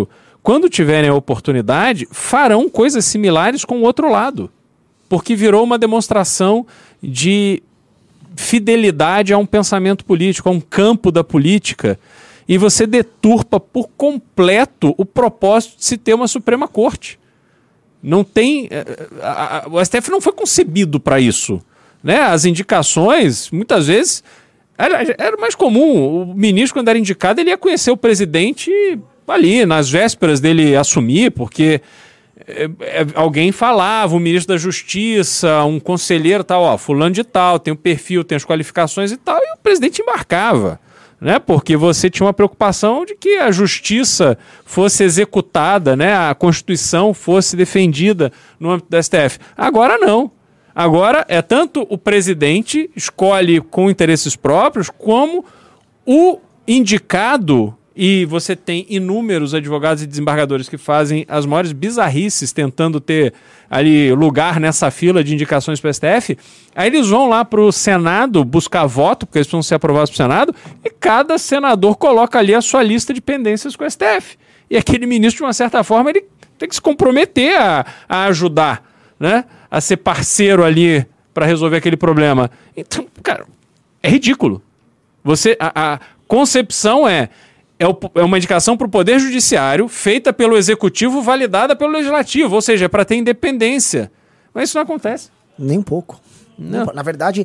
quando tiverem a oportunidade, farão coisas similares com o outro lado. Porque virou uma demonstração de fidelidade a um pensamento político, a um campo da política, e você deturpa por completo o propósito de se ter uma Suprema Corte. Não tem... A, a, o S T F não foi concebido para isso. Né? As indicações, muitas vezes, era, era mais comum. O ministro, quando era indicado, ele ia conhecer o presidente ali, nas vésperas dele assumir, porque é, é, alguém falava, o ministro da Justiça, um conselheiro tal, ó, fulano de tal, tem o perfil, tem as qualificações e tal, e o presidente embarcava. Né? Porque você tinha uma preocupação de que a justiça fosse executada, né? A Constituição fosse defendida no âmbito da S T F. Agora não. Agora é tanto o presidente escolhe com interesses próprios, como o indicado, e você tem inúmeros advogados e desembargadores que fazem as maiores bizarrices tentando ter ali lugar nessa fila de indicações para o S T F, aí eles vão lá para o Senado buscar voto, porque eles precisam ser aprovados para o Senado, e cada senador coloca ali a sua lista de pendências com o S T F. E aquele ministro, de uma certa forma, ele tem que se comprometer a, a ajudar, né? A ser parceiro ali para resolver aquele problema. Então, cara, é ridículo. Você, a, a concepção é, é, o, é uma indicação para o Poder Judiciário feita pelo Executivo, validada pelo Legislativo, ou seja, é para ter independência. Mas isso não acontece. Nem um pouco. Não. Na verdade,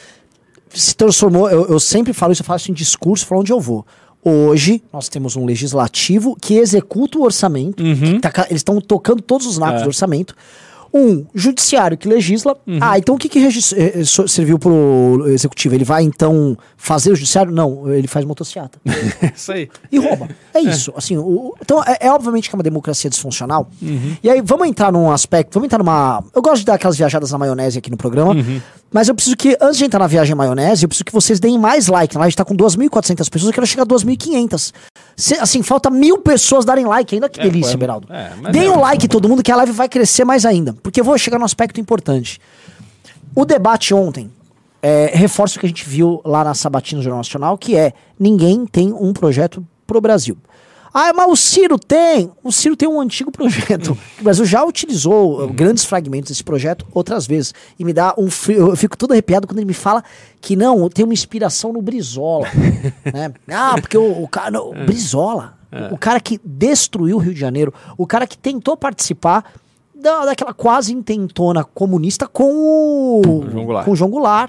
se transformou, eu, eu sempre falo isso, eu faço em discurso, falo onde eu vou. Hoje, nós temos um legislativo que executa o orçamento, Uhum. que tá, eles estão tocando todos os nacos É. do orçamento. Um judiciário que legisla. Uhum. Ah, então o que, que regis- eh, so- serviu pro executivo? Ele vai, então, fazer o judiciário? Não, ele faz motociata. Isso aí. E rouba. É isso. Assim, o, então, é, é obviamente que é uma democracia disfuncional. Uhum. E aí, vamos entrar num aspecto, vamos entrar numa... Eu gosto de dar aquelas viajadas na maionese aqui no programa, Uhum. mas eu preciso que, antes de entrar na viagem maionese, eu preciso que vocês deem mais like. A gente tá com duas mil e quatrocentas pessoas, eu quero chegar a duas mil e quinhentas. Se, assim, falta mil pessoas darem like ainda. Que É, delícia, pô, é- Beraldo. é, mas Deem é- o like todo mundo, que a live vai crescer mais ainda. Porque eu vou chegar num aspecto importante. O debate ontem é, reforça o que a gente viu lá na Sabatina do Jornal Nacional, que é, ninguém tem um projeto pro Brasil. Ah, mas o Ciro tem. O Ciro tem um antigo projeto. O Brasil já utilizou uh, grandes fragmentos desse projeto outras vezes. E me dá um frio. Eu fico todo arrepiado quando ele me fala que não, tem uma inspiração no Brizola. Né? Ah, porque o, o cara. não, o Brizola. O, o cara que destruiu o Rio de Janeiro. O cara que tentou participar da, daquela quase intentona comunista com o. O João Goulart. Com o João Goulart.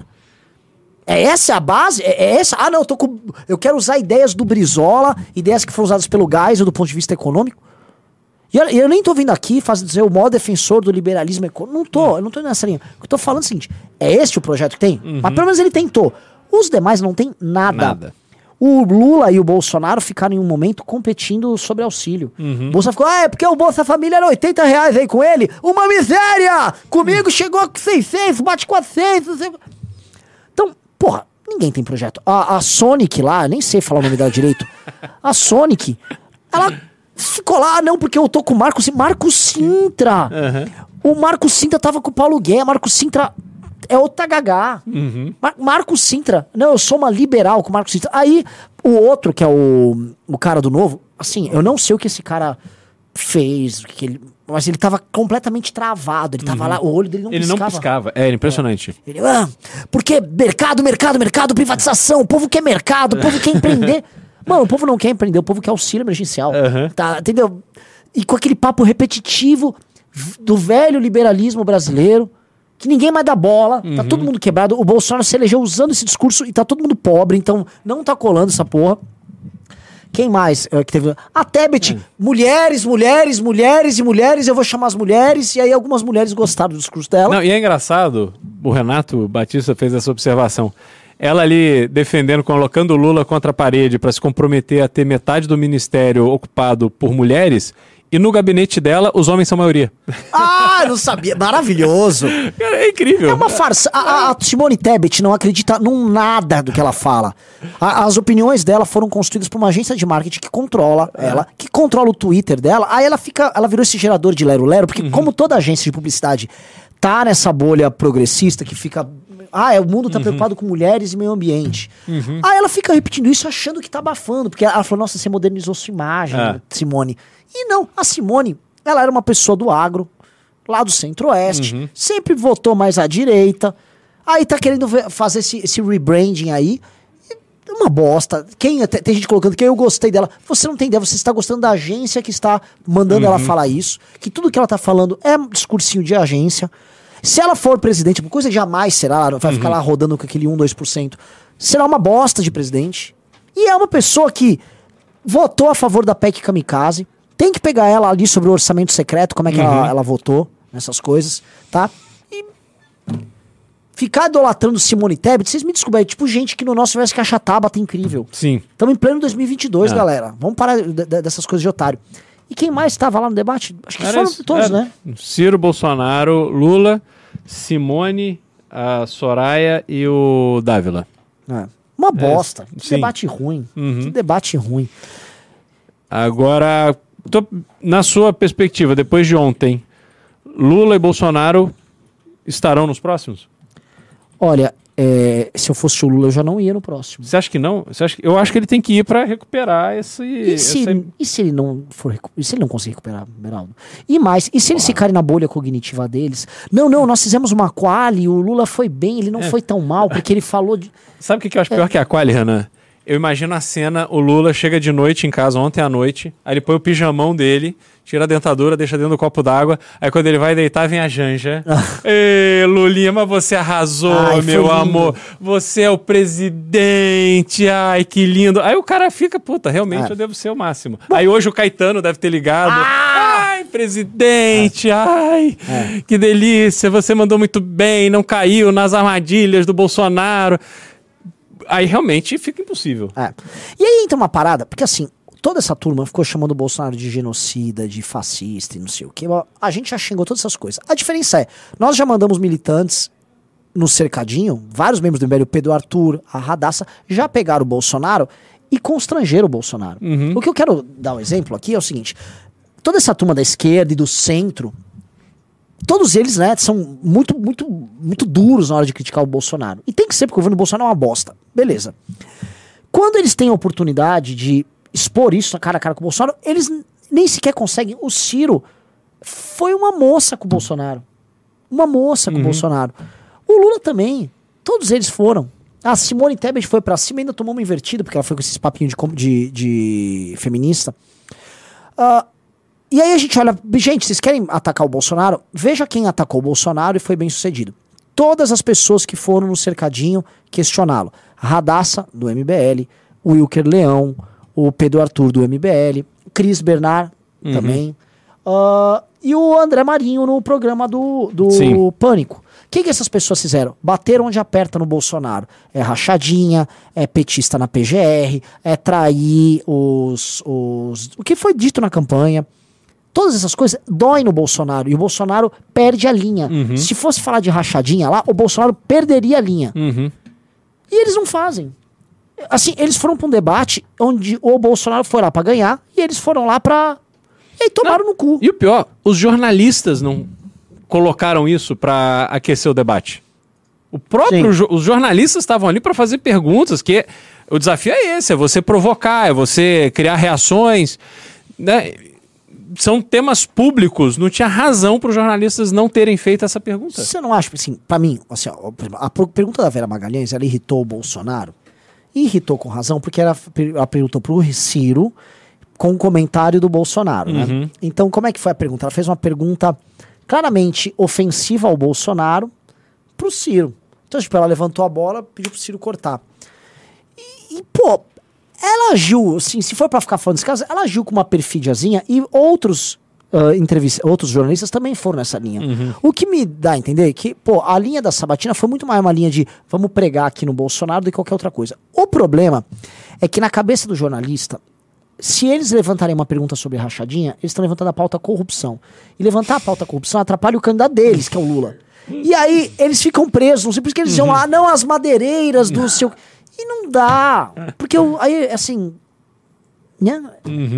É essa a base? É, é essa? Ah, não, eu, tô com, eu quero usar ideias do Brizola, ideias que foram usadas pelo Geisel do ponto de vista econômico. E eu, eu nem tô vindo aqui fazer o maior defensor do liberalismo econômico. Não tô, eu não tô nessa linha. O que eu tô falando é o seguinte: é este o projeto que tem? Mas pelo menos ele tentou. Os demais não tem nada. Nada. O Lula e o Bolsonaro ficaram em um momento competindo sobre auxílio. O Bolsonaro ficou, ah, é porque o Bolsa Família era oitenta reais aí com ele. Uma miséria! Comigo chegou a seiscentos, bate quatrocentos. Então, porra, ninguém tem projeto. A, a Sonic lá, nem sei falar o nome dela direito. A Sonic, ela ficou lá, não, porque eu tô com o Marco Sintra. Marco Sintra! O Marco Sintra tava com o Paulo Guedes. Marco Sintra é outra gagá. Uhum. Mar Marco Sintra. Não, eu sou uma liberal com o Marco Sintra. Aí, o outro, que é o, o cara do Novo, assim, eu não sei o que esse cara fez, o que ele... Mas ele tava completamente travado. Ele tava lá, o olho dele não Ele piscava. não piscava. É, era impressionante. Ele, ah, porque mercado, mercado, mercado, privatização, o povo quer mercado, o povo quer empreender. Mano, o povo não quer empreender, o povo quer auxílio emergencial. Uhum. Tá, entendeu? E com aquele papo repetitivo do velho liberalismo brasileiro, que ninguém mais dá bola, tá todo mundo quebrado. O Bolsonaro se elegeu usando esse discurso e tá todo mundo pobre, então não tá colando essa porra. Quem mais uh, que teve? A Tebet, hum. mulheres, mulheres, mulheres e mulheres, eu vou chamar as mulheres, e aí algumas mulheres gostaram do discurso dela. Não, e é engraçado, o Renato Batista fez essa observação. Ela ali defendendo, colocando o Lula contra a parede para se comprometer a ter metade do ministério ocupado por mulheres, e no gabinete dela, os homens são maioria. Ah, não sabia. Maravilhoso. Cara, é incrível. É uma farsa. A, a Simone Tebet não acredita num nada do que ela fala. A, as opiniões dela foram construídas por uma agência de marketing que controla é. ela, que controla o Twitter dela. Aí ela fica, ela virou esse gerador de lero-lero, porque uhum. como toda agência de publicidade tá nessa bolha progressista que fica Ah, é, o mundo tá Uhum. preocupado com mulheres e meio ambiente. Uhum. Aí ela fica repetindo isso achando que tá abafando, porque ela falou, nossa, você modernizou sua imagem, É. Simone. E não, a Simone, ela era uma pessoa do agro, lá do centro-oeste, Uhum. sempre votou mais à direita, aí tá querendo ver- fazer esse, esse rebranding aí, e uma bosta. Quem, tem tem gente colocando que eu gostei dela, você não tem ideia, você está gostando da agência que está mandando Uhum. ela falar isso, que tudo que ela tá falando é um discursinho de agência. Se ela for presidente, uma coisa que jamais será, vai ficar lá rodando com aquele um, dois por cento, será uma bosta de presidente. E é uma pessoa que votou a favor da P E C Kamikaze. Tem que pegar ela ali sobre o orçamento secreto, como é que Uhum. ela, ela votou nessas coisas, tá? E ficar idolatrando Simone Tebet, vocês me desculpem, é tipo gente que no nosso universo que acha Tabata incrível. Sim. Estamos em pleno dois mil e vinte e dois, É. galera. Vamos parar de- de- dessas coisas de otário. E quem mais estava lá no debate? Acho que Era foram isso, todos, era. né? Ciro, Bolsonaro, Lula, Simone, a Soraya e o Dávila. É. Uma bosta. que sim. debate ruim. Uhum. Que debate ruim. Agora, tô- na sua perspectiva, depois de ontem, Lula e Bolsonaro estarão nos próximos? Olha, é, se eu fosse o Lula, eu já não ia no próximo. Você acha que não? Você acha que... Eu acho que ele tem que ir para recuperar esse... E se, essa- e se ele não for recu- e se ele não conseguir recuperar, Beraldo? E mais, e se eles ficarem na bolha cognitiva deles? Não, não, nós fizemos uma quali, o Lula foi bem, ele não É. foi tão mal, porque ele falou de. Sabe o que que eu acho pior que a quali, Renan? Eu imagino a cena, o Lula chega de noite em casa, ontem à noite, aí ele põe o pijamão dele, tira a dentadura, deixa dentro do copo d'água, aí quando ele vai deitar, vem a Janja. Ê, Lulinha, mas você arrasou, Ai, foi meu lindo. amor. Você é o presidente, ai, que lindo. Aí o cara fica, puta, realmente É. eu devo ser o máximo. Aí hoje o Caetano deve ter ligado. Ah! Ai, presidente, ai, É. que delícia, você mandou muito bem, não caiu nas armadilhas do Bolsonaro. Aí realmente fica impossível. É. E aí entra uma parada, porque assim, toda essa turma ficou chamando o Bolsonaro de genocida, de fascista e não sei o que. A gente já xingou todas essas coisas. A diferença é, nós já mandamos militantes no cercadinho, vários membros do M B L, o Pedro Arthur, a Radassa, já pegaram o Bolsonaro e constrangeram o Bolsonaro. Uhum. O que eu quero dar um exemplo aqui é o seguinte, toda essa turma da esquerda e do centro, todos eles, né, são muito, muito, muito duros na hora de criticar o Bolsonaro. E tem que ser, porque o governo Bolsonaro é uma bosta. Beleza. Quando eles têm a oportunidade de expor isso na cara a cara com o Bolsonaro, eles n- nem sequer conseguem. O Ciro foi uma moça com o Bolsonaro. Uma moça com o Bolsonaro. O Lula também. Todos eles foram. A Simone Tebet foi pra cima e ainda tomou uma invertida, porque ela foi com esses papinhos de, com- de, de feminista. Ah, e aí a gente olha, gente, vocês querem atacar o Bolsonaro? Veja quem atacou o Bolsonaro e foi bem sucedido. Todas as pessoas que foram no cercadinho questioná-lo. Radassa, do M B L, o Wilker Leão, o Pedro Arthur, do M B L, Cris Bernard, Uhum. também, ah, e o André Marinho no programa do, do Sim. Pânico. O que, que essas pessoas fizeram? Bateram onde aperta no Bolsonaro. É rachadinha, é petista na P G R, é trair os, os... O que foi dito na campanha. Todas essas coisas doem no Bolsonaro. E o Bolsonaro perde a linha. Uhum. Se fosse falar de rachadinha lá, o Bolsonaro perderia a linha. Uhum. E eles não fazem. Assim, eles foram pra um debate onde o Bolsonaro foi lá pra ganhar e eles foram lá pra... E aí tomaram no cu. E o pior, os jornalistas não colocaram isso para aquecer o debate. O próprio, Sim. jo- os jornalistas estavam ali para fazer perguntas, que o desafio é esse, é você provocar, é você criar reações, né? São temas públicos, não tinha razão para os jornalistas não terem feito essa pergunta. Você não acha, assim, pra mim, assim, ó, a per- pergunta da Vera Magalhães, ela irritou o Bolsonaro? E irritou com razão, porque ela, ela perguntou pro Ciro com um comentário do Bolsonaro, né? Uhum. Então, como é que foi a pergunta? Ela fez uma pergunta claramente ofensiva ao Bolsonaro pro Ciro. Então, tipo, ela levantou a bola, pediu pro Ciro cortar. E, e, pô, ela agiu, assim, se for pra ficar falando desse caso, ela agiu com uma perfidiazinha e outros uh, entrevista, outros jornalistas também foram nessa linha. Uhum. O que me dá a entender que, pô, a linha da Sabatina foi muito mais uma linha de vamos pregar aqui no Bolsonaro do que qualquer outra coisa. O problema é que na cabeça do jornalista, se eles levantarem uma pergunta sobre rachadinha, eles estão levantando a pauta corrupção. E levantar a pauta corrupção atrapalha o candidato deles, que é o Lula. E aí eles ficam presos, não sei por isso que eles diziam, ah, não, as madeireiras do seu... E não dá. Porque eu, aí, assim... Né? Uhum.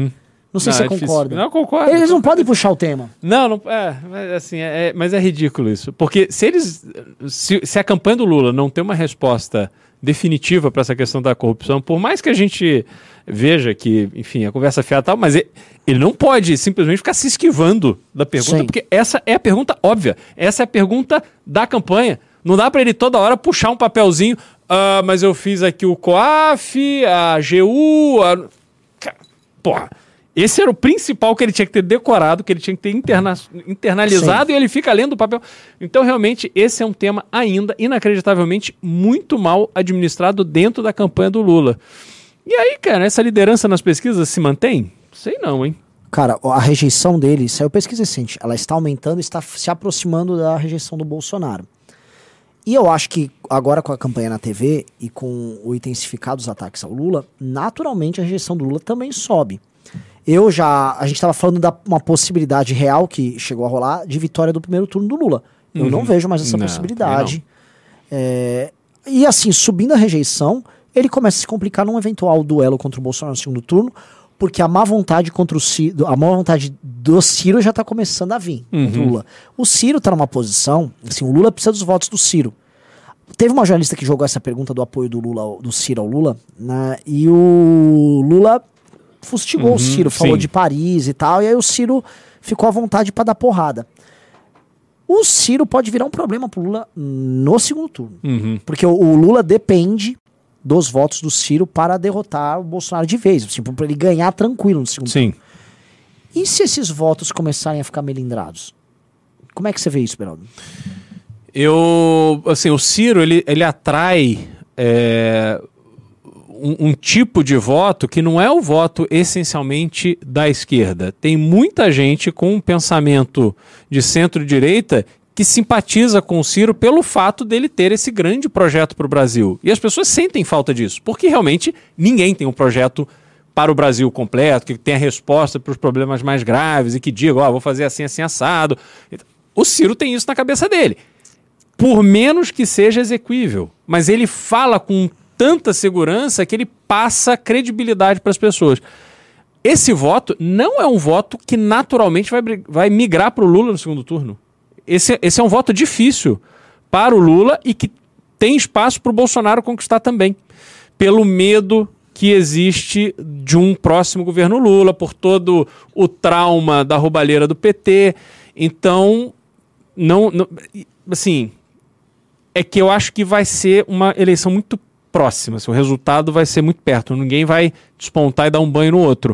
Não sei Não, se é você difícil. concorda. Não, eu concordo. Eles não podem puxar o tema. Não, não é, mas, assim, é, é- mas é ridículo isso. Porque se eles. Se, se a campanha do Lula não tem uma resposta definitiva para essa questão da corrupção, por mais que a gente veja que, enfim, a conversa fiada e tal, mas ele, ele não pode simplesmente ficar se esquivando da pergunta, Sim. porque essa é a pergunta óbvia. Essa é a pergunta da campanha. Não dá para ele toda hora puxar um papelzinho. Ah, mas eu fiz aqui o COAF, a G U, a... Ca- Porra. Esse era o principal que ele tinha que ter decorado, que ele tinha que ter interna- internalizado, Sim. e ele fica lendo o papel. Então, realmente, esse é um tema ainda, inacreditavelmente, muito mal administrado dentro da campanha do Lula. E aí, cara, essa liderança nas pesquisas se mantém? Sei não, hein? Cara, a rejeição dele, saiu pesquisa recente, ela está aumentando e está se aproximando da rejeição do Bolsonaro. E eu acho que agora com a campanha na T V e com o intensificado dos ataques ao Lula, naturalmente a rejeição do Lula também sobe. Eu já, a gente estava falando da uma possibilidade real que chegou a rolar de vitória do primeiro turno do Lula. Eu Uhum. não vejo mais essa Não, possibilidade. É, e assim, subindo a rejeição, ele começa a se complicar num eventual duelo contra o Bolsonaro no segundo turno, porque a má vontade contra o Ciro, a má vontade do Ciro já está começando a vir contra o Lula. O Ciro está numa posição, assim, o Lula precisa dos votos do Ciro. Teve uma jornalista que jogou essa pergunta do apoio do Lula, ao- do Ciro ao Lula, né? E o Lula fustigou Uhum, o Ciro, falou sim. de Paris e tal, e aí o Ciro ficou à vontade para dar porrada. O Ciro pode virar um problema pro Lula no segundo turno. Uhum. Porque o, o Lula depende dos votos do Ciro para derrotar o Bolsonaro de vez, assim, para ele ganhar tranquilo no segundo Sim. turno. E se esses votos começarem a ficar melindrados? Como é que você vê isso, Beraldo? Eu, assim, o Ciro, ele, ele atrai é, um, um tipo de voto que não é o voto essencialmente da esquerda. Tem muita gente com um pensamento de centro-direita que simpatiza com o Ciro pelo fato dele ter esse grande projeto para o Brasil. E as pessoas sentem falta disso, porque realmente ninguém tem um projeto para o Brasil completo, que tenha resposta para os problemas mais graves e que diga, ó, oh, vou fazer assim, assim, assado. O Ciro tem isso na cabeça dele. Por menos que seja exequível. Mas ele fala com tanta segurança que ele passa credibilidade para as pessoas. Esse voto não é um voto que naturalmente vai, vai migrar para o Lula no segundo turno. Esse, esse é um voto difícil para o Lula e que tem espaço para o Bolsonaro conquistar também. Pelo medo que existe de um próximo governo Lula, por todo o trauma da roubalheira do P T. Então, não, não assim... é que eu acho que vai ser uma eleição muito próxima, assim, o resultado vai ser muito perto, ninguém vai despontar e dar um banho no outro.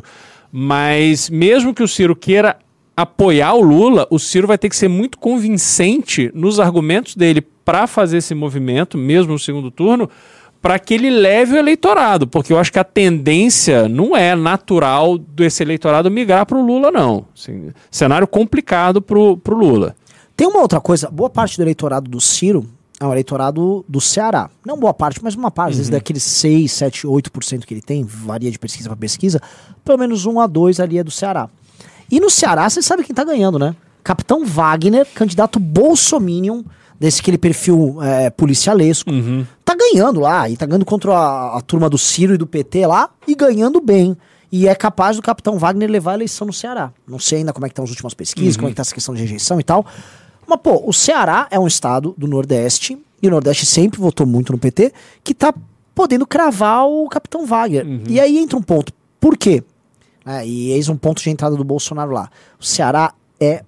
Mas mesmo que o Ciro queira apoiar o Lula, o Ciro vai ter que ser muito convincente nos argumentos dele para fazer esse movimento, mesmo no segundo turno, para que ele leve o eleitorado, porque eu acho que a tendência não é natural desse eleitorado migrar para o Lula, não. Assim, cenário complicado para o Lula. Tem uma outra coisa, boa parte do eleitorado do Ciro é um eleitorado do Ceará. Não boa parte, mas uma parte. Às vezes daqueles seis, sete, oito por cento que ele tem, varia de pesquisa para pesquisa, pelo menos um a dois ali é do Ceará. E no Ceará, você sabe quem tá ganhando, né? Capitão Wagner, candidato bolsominion, desse aquele perfil é, policialesco, Uhum. tá ganhando lá, e tá ganhando contra a, a turma do Ciro e do P T lá, e ganhando bem. E é capaz do Capitão Wagner levar a eleição no Ceará. Não sei ainda como é que estão as últimas pesquisas, Uhum. como é que tá essa questão de rejeição e tal. Mas, pô, o Ceará é um estado do Nordeste, e o Nordeste sempre votou muito no P T, que tá podendo cravar o Capitão Wagner. Uhum. E aí entra um ponto. Por quê? É, e eis um ponto de entrada do Bolsonaro lá. O Ceará é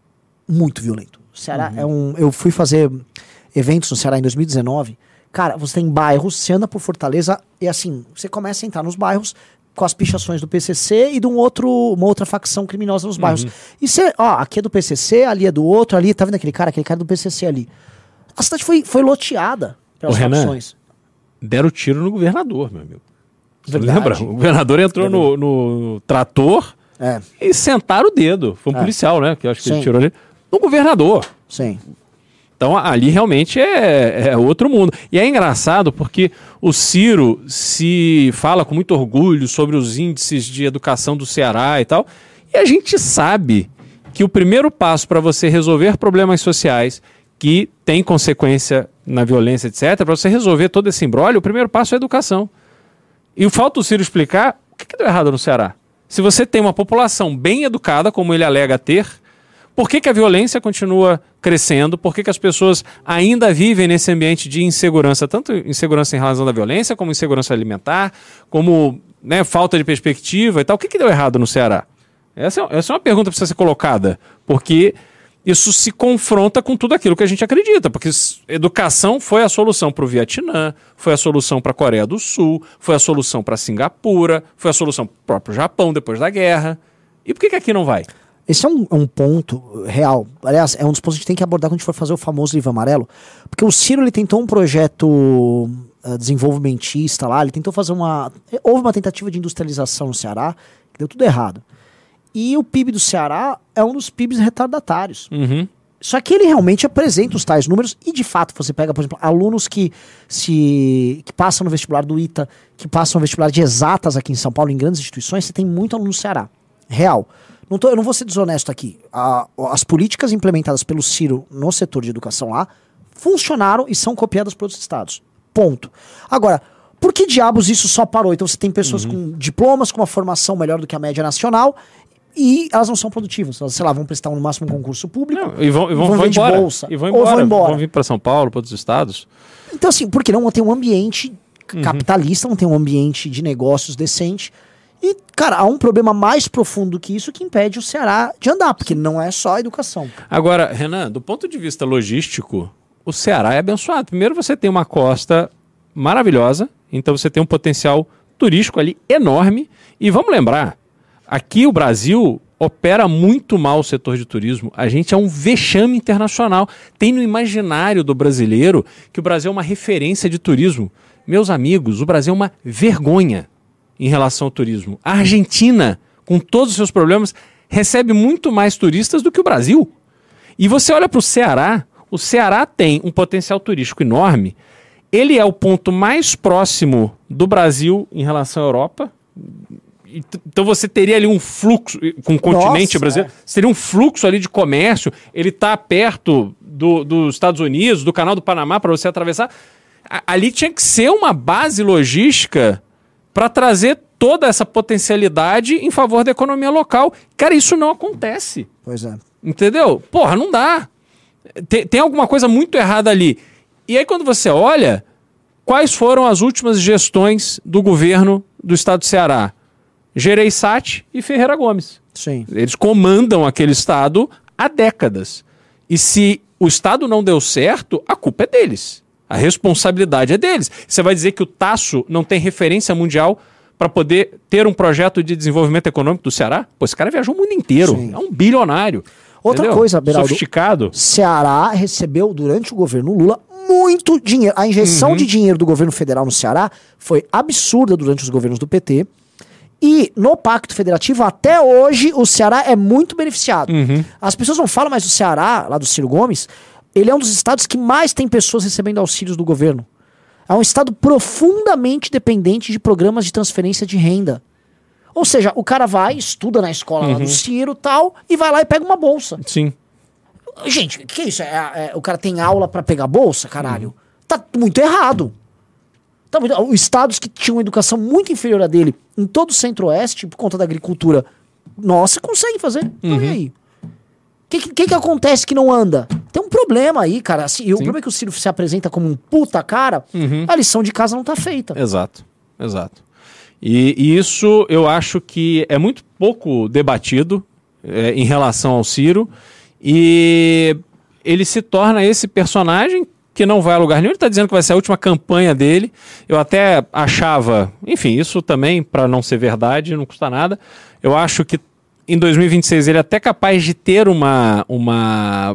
muito violento. O Ceará Uhum. é um... Eu fui fazer eventos no Ceará em dois mil e dezenove. Cara, você tem bairros, você anda por Fortaleza e assim, você começa a entrar nos bairros com as pichações do P C C e de um outro, uma outra facção criminosa nos bairros. Uhum. E você, ó, aqui é do P C C, ali é do outro, ali, tá vendo aquele cara? Aquele cara é do P C C ali. A cidade foi, foi loteada pelas Ô, Renan, facções. Deram tiro no governador, meu amigo. Você Verdade. lembra? O governador entrou no, no trator É, e sentaram o dedo. Foi um É. policial, né? Que eu acho que ele Sim. tirou ali. No governador. sim. Então ali realmente é, é outro mundo. E é engraçado porque o Ciro se fala com muito orgulho sobre os índices de educação do Ceará e tal. E a gente sabe que o primeiro passo para você resolver problemas sociais que tem consequência na violência, etcétera, para você resolver todo esse imbróglio, o primeiro passo é a educação. E falta o Ciro explicar o que, que deu errado no Ceará. Se você tem uma população bem educada, como ele alega ter, por que que a violência continua crescendo? Por que que as pessoas ainda vivem nesse ambiente de insegurança, tanto insegurança em razão da violência, como insegurança alimentar, como, né, falta de perspectiva e tal? O que que deu errado no Ceará? Essa é, essa é uma pergunta que precisa ser colocada, porque isso se confronta com tudo aquilo que a gente acredita, porque educação foi a solução para o Vietnã, foi a solução para a Coreia do Sul, foi a solução para Singapura, foi a solução para o próprio Japão depois da guerra. E por que que aqui não vai? Esse é um, um ponto real. Aliás, é um dos pontos que a gente tem que abordar quando a gente for fazer o famoso livro amarelo, porque o Ciro ele tentou um projeto uh, desenvolvimentista lá, ele tentou fazer uma... Houve uma tentativa de industrialização no Ceará, que deu tudo errado. E o P I B do Ceará é um dos P I Bs retardatários. Uhum. Só que ele realmente apresenta os tais números e, de fato, você pega, por exemplo, alunos que, se, que passam no vestibular do I T A, que passam no vestibular de exatas aqui em São Paulo, em grandes instituições, você tem muito aluno no Ceará. Real. Não tô, eu não vou ser desonesto aqui. A, as políticas implementadas pelo Ciro no setor de educação lá funcionaram e são copiadas por outros estados. Ponto. Agora, por que diabos isso só parou? Então você tem pessoas uhum. com diplomas, com uma formação melhor do que a média nacional, e elas não são produtivas. Elas, sei lá, vão prestar no máximo um concurso público. Não, e vão, e vão, vão, vão vir de embora. bolsa. E vão embora. Ou vão embora. Vão vir para São Paulo, para outros estados. Então, assim, porque não tem um ambiente uhum. capitalista, não tem um ambiente de negócios decente. E, cara, há um problema mais profundo que isso que impede o Ceará de andar, porque não é só a educação. Agora, Renan, do ponto de vista logístico, o Ceará é abençoado. Primeiro, você tem uma costa maravilhosa, então você tem um potencial turístico ali enorme. E vamos lembrar, aqui o Brasil opera muito mal o setor de turismo. A gente é um vexame internacional. Tem no imaginário do brasileiro que o Brasil é uma referência de turismo. Meus amigos, o Brasil é uma vergonha em relação ao turismo. A Argentina, com todos os seus problemas, recebe muito mais turistas do que o Brasil. E você olha para o Ceará, o Ceará tem um potencial turístico enorme. Ele é o ponto mais próximo do Brasil em relação à Europa. Então você teria ali um fluxo, com o continente Nossa, brasileiro, é. você teria um fluxo ali de comércio, ele está perto do, dos Estados Unidos, do Canal do Panamá para você atravessar. A, ali tinha que ser uma base logística para trazer toda essa potencialidade em favor da economia local. Cara, isso não acontece. Pois é. Entendeu? Porra, não dá. Tem, tem alguma coisa muito errada ali. E aí quando você olha, quais foram as últimas gestões do governo do estado do Ceará? Gereissati e Ferreira Gomes. Sim. Eles comandam aquele estado há décadas. E se o estado não deu certo, a culpa é deles. A responsabilidade é deles. Você vai dizer que o Tasso não tem referência mundial para poder ter um projeto de desenvolvimento econômico do Ceará? Pô, esse cara viajou o mundo inteiro. Sim. É um bilionário. Outra entendeu? coisa, Beraldo. Sofisticado. Ceará recebeu, durante o governo Lula, muito dinheiro. A injeção uhum. de dinheiro do governo federal no Ceará foi absurda durante os governos do P T. E no Pacto Federativo, até hoje, o Ceará é muito beneficiado. Uhum. As pessoas não falam mais do Ceará, lá do Ciro Gomes. Ele é um dos estados que mais tem pessoas recebendo auxílios do governo. É um estado profundamente dependente de programas de transferência de renda. Ou seja, o cara vai, estuda na escola uhum. lá do Ciro e tal, e vai lá e pega uma bolsa. Sim. Gente, o que é isso? É, é, o cara tem aula pra pegar bolsa, caralho? Uhum. Tá muito errado. Tá muito... Os estados que tinham uma educação muito inferior à dele, em todo o centro-oeste, por conta da agricultura, nossa, conseguem fazer. Então, uhum. e aí? O que, que que acontece que não anda? Tem um problema aí, cara. Assim, e o problema é que o Ciro se apresenta como um puta cara, uhum. a lição de casa não tá feita. Exato, exato. E, e isso eu acho que é muito pouco debatido é, em relação ao Ciro, e ele se torna esse personagem que não vai a lugar nenhum. Ele está dizendo que vai ser a última campanha dele. Eu até achava, enfim, isso também, para não ser verdade, não custa nada. Eu acho que em dois mil e vinte e seis ele é até capaz de ter uma, uma,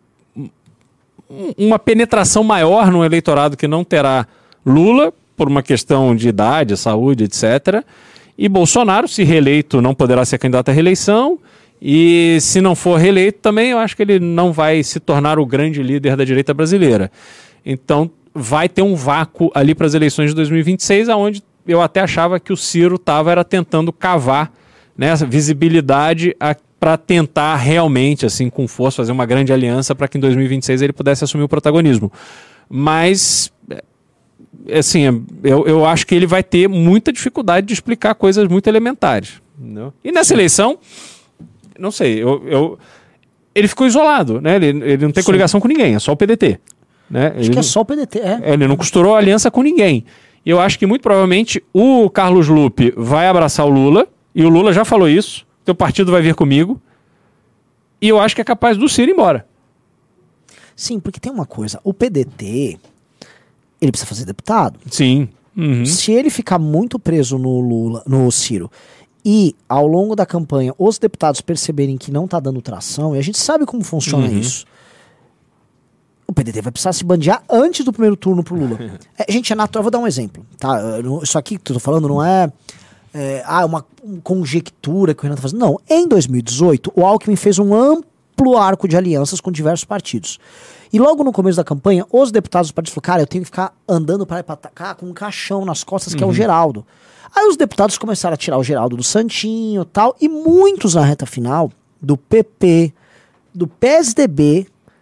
uma penetração maior no eleitorado que não terá Lula, por uma questão de idade, saúde, etcétera. E Bolsonaro, se reeleito, não poderá ser candidato à reeleição. E se não for reeleito também, eu acho que ele não vai se tornar o grande líder da direita brasileira. Então vai ter um vácuo ali para as eleições de dois mil e vinte e seis, onde eu até achava que o Ciro estava era tentando cavar, né, essa visibilidade para tentar realmente, assim, com força, fazer uma grande aliança para que em dois mil e vinte e seis ele pudesse assumir o protagonismo. Mas, assim, eu, eu acho que ele vai ter muita dificuldade de explicar coisas muito elementares. Não. E nessa Sim. eleição, não sei, eu, eu, ele ficou isolado, né? Ele, ele não tem Sim. coligação com ninguém, é só o P D T. Né? Acho ele, que é só o P D T, é. Ele não costurou aliança com ninguém. E eu acho que muito provavelmente o Carlos Lupe vai abraçar o Lula, e o Lula já falou isso, teu partido vai vir comigo, e eu acho que é capaz do Ciro ir embora. Sim, porque tem uma coisa, o P D T, ele precisa fazer deputado. Sim. Uhum. Se ele ficar muito preso no Lula, no Ciro, e ao longo da campanha os deputados perceberem que não está dando tração, e a gente sabe como funciona uhum. isso, o P D T vai precisar se bandear antes do primeiro turno pro Lula. É, gente, é natural, vou dar um exemplo, tá? Isso aqui que eu tô falando não é, é ah, uma, uma conjectura que o Renan tá fazendo. Não, em dois mil e dezoito, o Alckmin fez um amplo arco de alianças com diversos partidos. E logo no começo da campanha, os deputados do partido falaram, cara, eu tenho que ficar andando para lá e pra cá com um caixão nas costas, que uhum. é o Geraldo. Aí os deputados começaram a tirar o Geraldo do Santinho e tal, e muitos na reta final, do P P, do P S D B,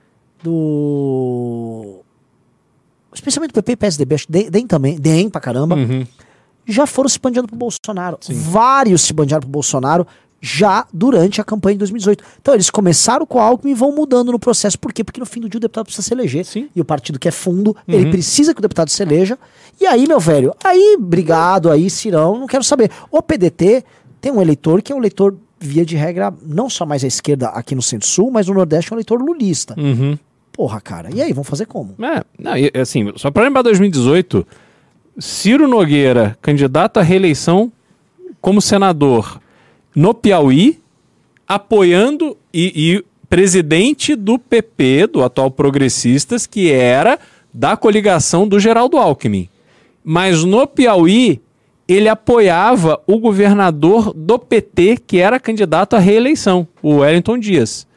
do... especialmente do P P e P S D B, acho que D E M também, D E M pra caramba, uhum. já foram se bandeando pro Bolsonaro. Sim. Vários se bandearam pro Bolsonaro já durante a campanha de dois mil e dezoito. Então eles começaram com o Alckmin e vão mudando no processo. Por quê? Porque no fim do dia o deputado precisa se eleger. Sim. E o partido que é fundo, uhum. ele precisa que o deputado se eleja. E aí, meu velho, aí, obrigado, aí, Cirão, não quero saber. O P D T tem um eleitor que é um eleitor, via de regra, não só mais à esquerda aqui no Centro-Sul, mas no Nordeste é um eleitor lulista. Uhum. Porra, cara, e aí, vamos fazer como? É, não, assim, só para lembrar dois mil e dezoito, Ciro Nogueira, candidato à reeleição como senador no Piauí, apoiando e, e presidente do P P, do atual Progressistas, que era da coligação do Geraldo Alckmin. Mas no Piauí, ele apoiava o governador do P T, que era candidato à reeleição, o Wellington Dias.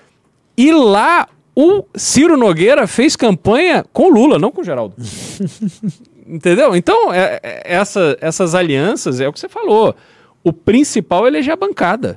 E lá, o Ciro Nogueira fez campanha com Lula, não com o Geraldo. Entendeu? Então, é, é, essa, essas alianças, é o que você falou. O principal é eleger a bancada.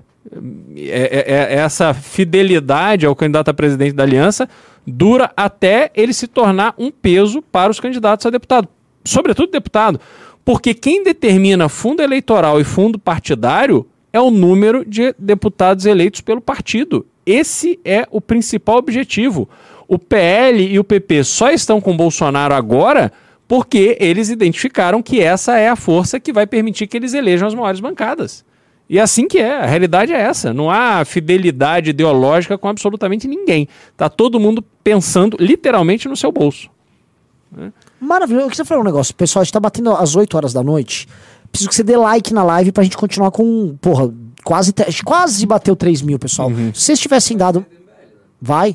É, é, é essa fidelidade ao candidato a presidente da aliança dura até ele se tornar um peso para os candidatos a deputado. Sobretudo deputado. Porque quem determina fundo eleitoral e fundo partidário é o número de deputados eleitos pelo partido. Esse é o principal objetivo. O P L e o P P só estão com Bolsonaro agora porque eles identificaram que essa é a força que vai permitir que eles elejam as maiores bancadas. E assim que é, a realidade é essa. Não há fidelidade ideológica com absolutamente ninguém. Está todo mundo pensando literalmente no seu bolso. Né? Maravilhoso. Eu queria falar um negócio. Pessoal, a gente tá batendo às oito horas da noite. Preciso que você dê like na live pra gente continuar com... Porra, quase, quase bateu três mil, pessoal. Uhum. Se vocês tivessem dado... Vai?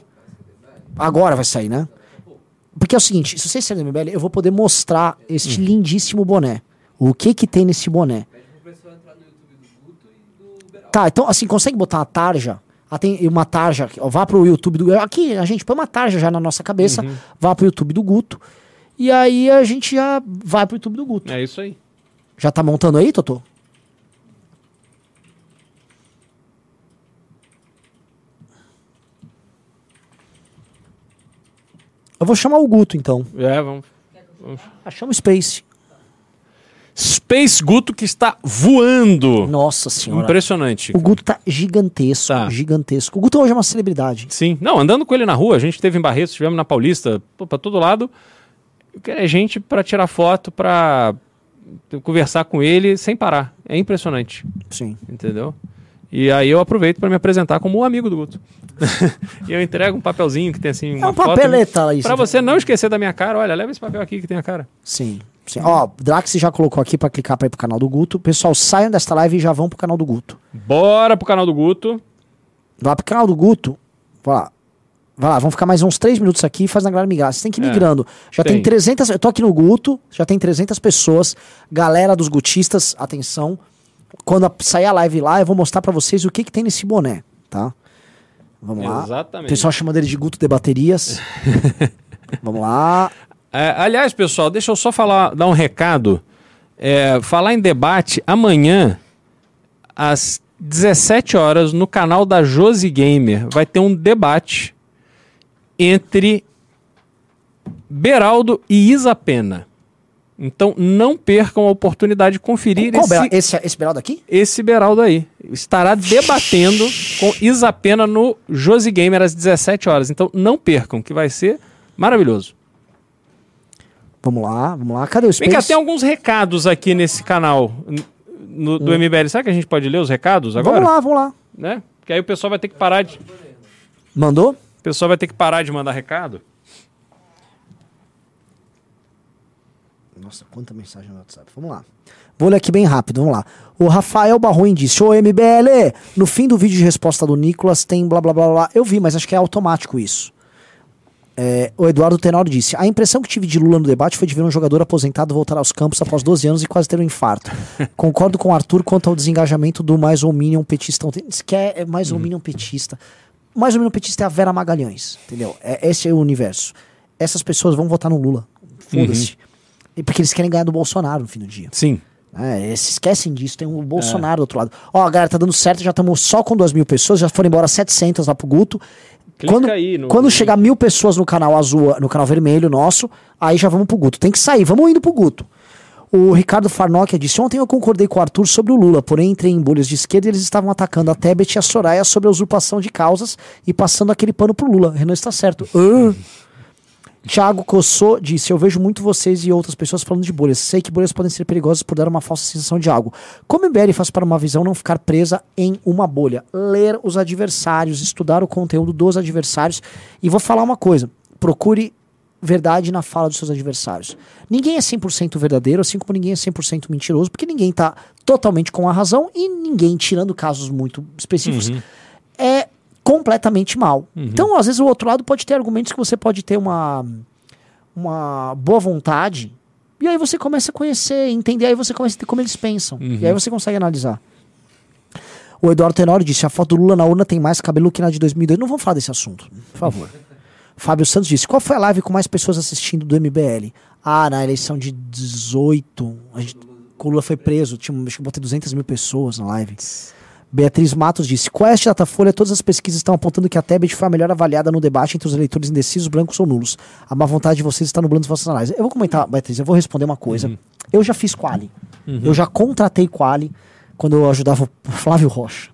Agora vai sair, né? Porque é o seguinte, se vocês saírem do M B L, eu vou poder mostrar este uhum. lindíssimo boné. O que que tem nesse boné. Tá, então assim, consegue botar uma tarja? Ah, tem uma tarja, ó, vá pro YouTube do... Aqui, a gente põe uma tarja já na nossa cabeça, uhum. vá pro YouTube do Guto, e aí a gente já vai pro YouTube do Guto. É isso aí. Já tá montando aí, Totô? Eu vou chamar o Guto, então. É, vamos. vamos. Ah, chama o Space. Space Guto que está voando. Nossa senhora. Impressionante. O Guto tá gigantesco, tá. gigantesco. O Guto hoje é uma celebridade. Sim. Não, andando com ele na rua, a gente esteve em Barretos, estivemos na Paulista, pô, pra todo lado. Eu quero é gente pra tirar foto, pra conversar com ele sem parar. É impressionante. Sim. Entendeu? E aí eu aproveito para me apresentar como um amigo do Guto. E eu entrego um papelzinho que tem assim uma é um papeleta foto. Para você não esquecer da minha cara, olha, leva esse papel aqui que tem a cara. Sim. Sim. Ó, Drax já colocou aqui para clicar para ir pro canal do Guto. Pessoal, saiam desta live e já vão pro canal do Guto. Bora pro canal do Guto. Vai pro canal do Guto. Vai lá. Vai lá, vamos ficar mais uns três minutos aqui e faz a galera migrar. Você tem que ir migrando. É, já tem. tem trezentas... Eu tô aqui no Guto, já tem trezentas pessoas. Galera dos gutistas, atenção. Quando sair a live lá, eu vou mostrar pra vocês o que que tem nesse boné, tá? Vamos lá. Exatamente. O pessoal chama dele de Guto de Baterias. Vamos lá. É, aliás, pessoal, deixa eu só falar, dar um recado. É, falar em debate, amanhã, às dezessete horas, no canal da Josi Gamer, vai ter um debate entre Beraldo e Isa Pena. Então não percam a oportunidade de conferir Qual esse, Beraldo? esse, esse Beraldo aqui? esse Beraldo aí. Estará debatendo com Isapena no Josi Gamer às dezessete horas. Então não percam, que vai ser maravilhoso. Vamos lá, vamos lá. Cadê o Space? Vem cá, tem alguns recados aqui nesse canal no, do hum. M B L. Será que a gente pode ler os recados agora? Vamos lá, vamos lá. Né? Porque aí o pessoal vai ter que parar de... Mandou? O pessoal vai ter que parar de mandar recado. Nossa, quanta mensagem no WhatsApp. Vamos lá. Vou ler aqui bem rápido, vamos lá. O Rafael Barroim disse: Ô M B L, no fim do vídeo de resposta do Nicolas tem blá blá blá blá. Eu vi, mas acho que é automático isso. É, o Eduardo Tenório disse: a impressão que tive de Lula no debate foi de ver um jogador aposentado voltar aos campos após doze anos e quase ter um infarto. Concordo com o Arthur quanto ao desengajamento do mais ou minion petista. Isso que é mais ou minion petista. Mais ou minion petista é a Vera Magalhães, entendeu? É, esse é o universo. Essas pessoas vão votar no Lula. Foda-se. Uhum. Porque eles querem ganhar do Bolsonaro no fim do dia. Sim. É, eles se esquecem disso, tem o Bolsonaro é. do outro lado. Ó, galera, tá dando certo, já estamos só com duas mil pessoas, já foram embora setecentas lá pro Guto. Clica quando aí no... quando chegar mil pessoas no canal azul, no canal vermelho nosso, aí já vamos pro Guto. Tem que sair, vamos indo pro Guto. O Ricardo Farnock disse: ontem eu concordei com o Arthur sobre o Lula, porém entrei em bolhas de esquerda e eles estavam atacando a Tebet e a Soraya sobre a usurpação de causas e passando aquele pano pro Lula. Renan está certo. Uh. Thiago Cossô disse: eu vejo muito vocês e outras pessoas falando de bolhas. Sei que bolhas podem ser perigosas por dar uma falsa sensação de algo. Como o M B L faz para uma visão não ficar presa em uma bolha? Ler os adversários, estudar o conteúdo dos adversários. E vou falar uma coisa: procure verdade na fala dos seus adversários. Ninguém é cem por cento verdadeiro, assim como ninguém é cem por cento mentiroso, porque ninguém está totalmente com a razão e ninguém, tirando casos muito específicos, uhum. é completamente mal. Uhum. Então, às vezes, o outro lado pode ter argumentos que você pode ter uma, uma boa vontade, e aí você começa a conhecer, entender, aí você começa a entender como eles pensam, uhum. e aí você consegue analisar. O Eduardo Tenório disse: a foto do Lula na urna tem mais cabelo que na de dois mil e dois. Não vamos falar desse assunto, por favor. Fábio Santos disse: qual foi a live com mais pessoas assistindo do M B L? Ah, na eleição de dezoito, a gente, o Lula foi preso, tinha, acho que botei duzentas mil pessoas na live. Beatriz Matos disse: Quest, Datafolha, todas as pesquisas estão apontando que a Tebet foi a melhor avaliada no debate entre os eleitores indecisos, brancos ou nulos. A má vontade de vocês está nublando as vossas análises. Eu vou comentar, Beatriz, eu vou responder uma coisa. Uhum. Eu já fiz quali. Uhum. Eu já contratei quali quando eu ajudava o Flávio Rocha.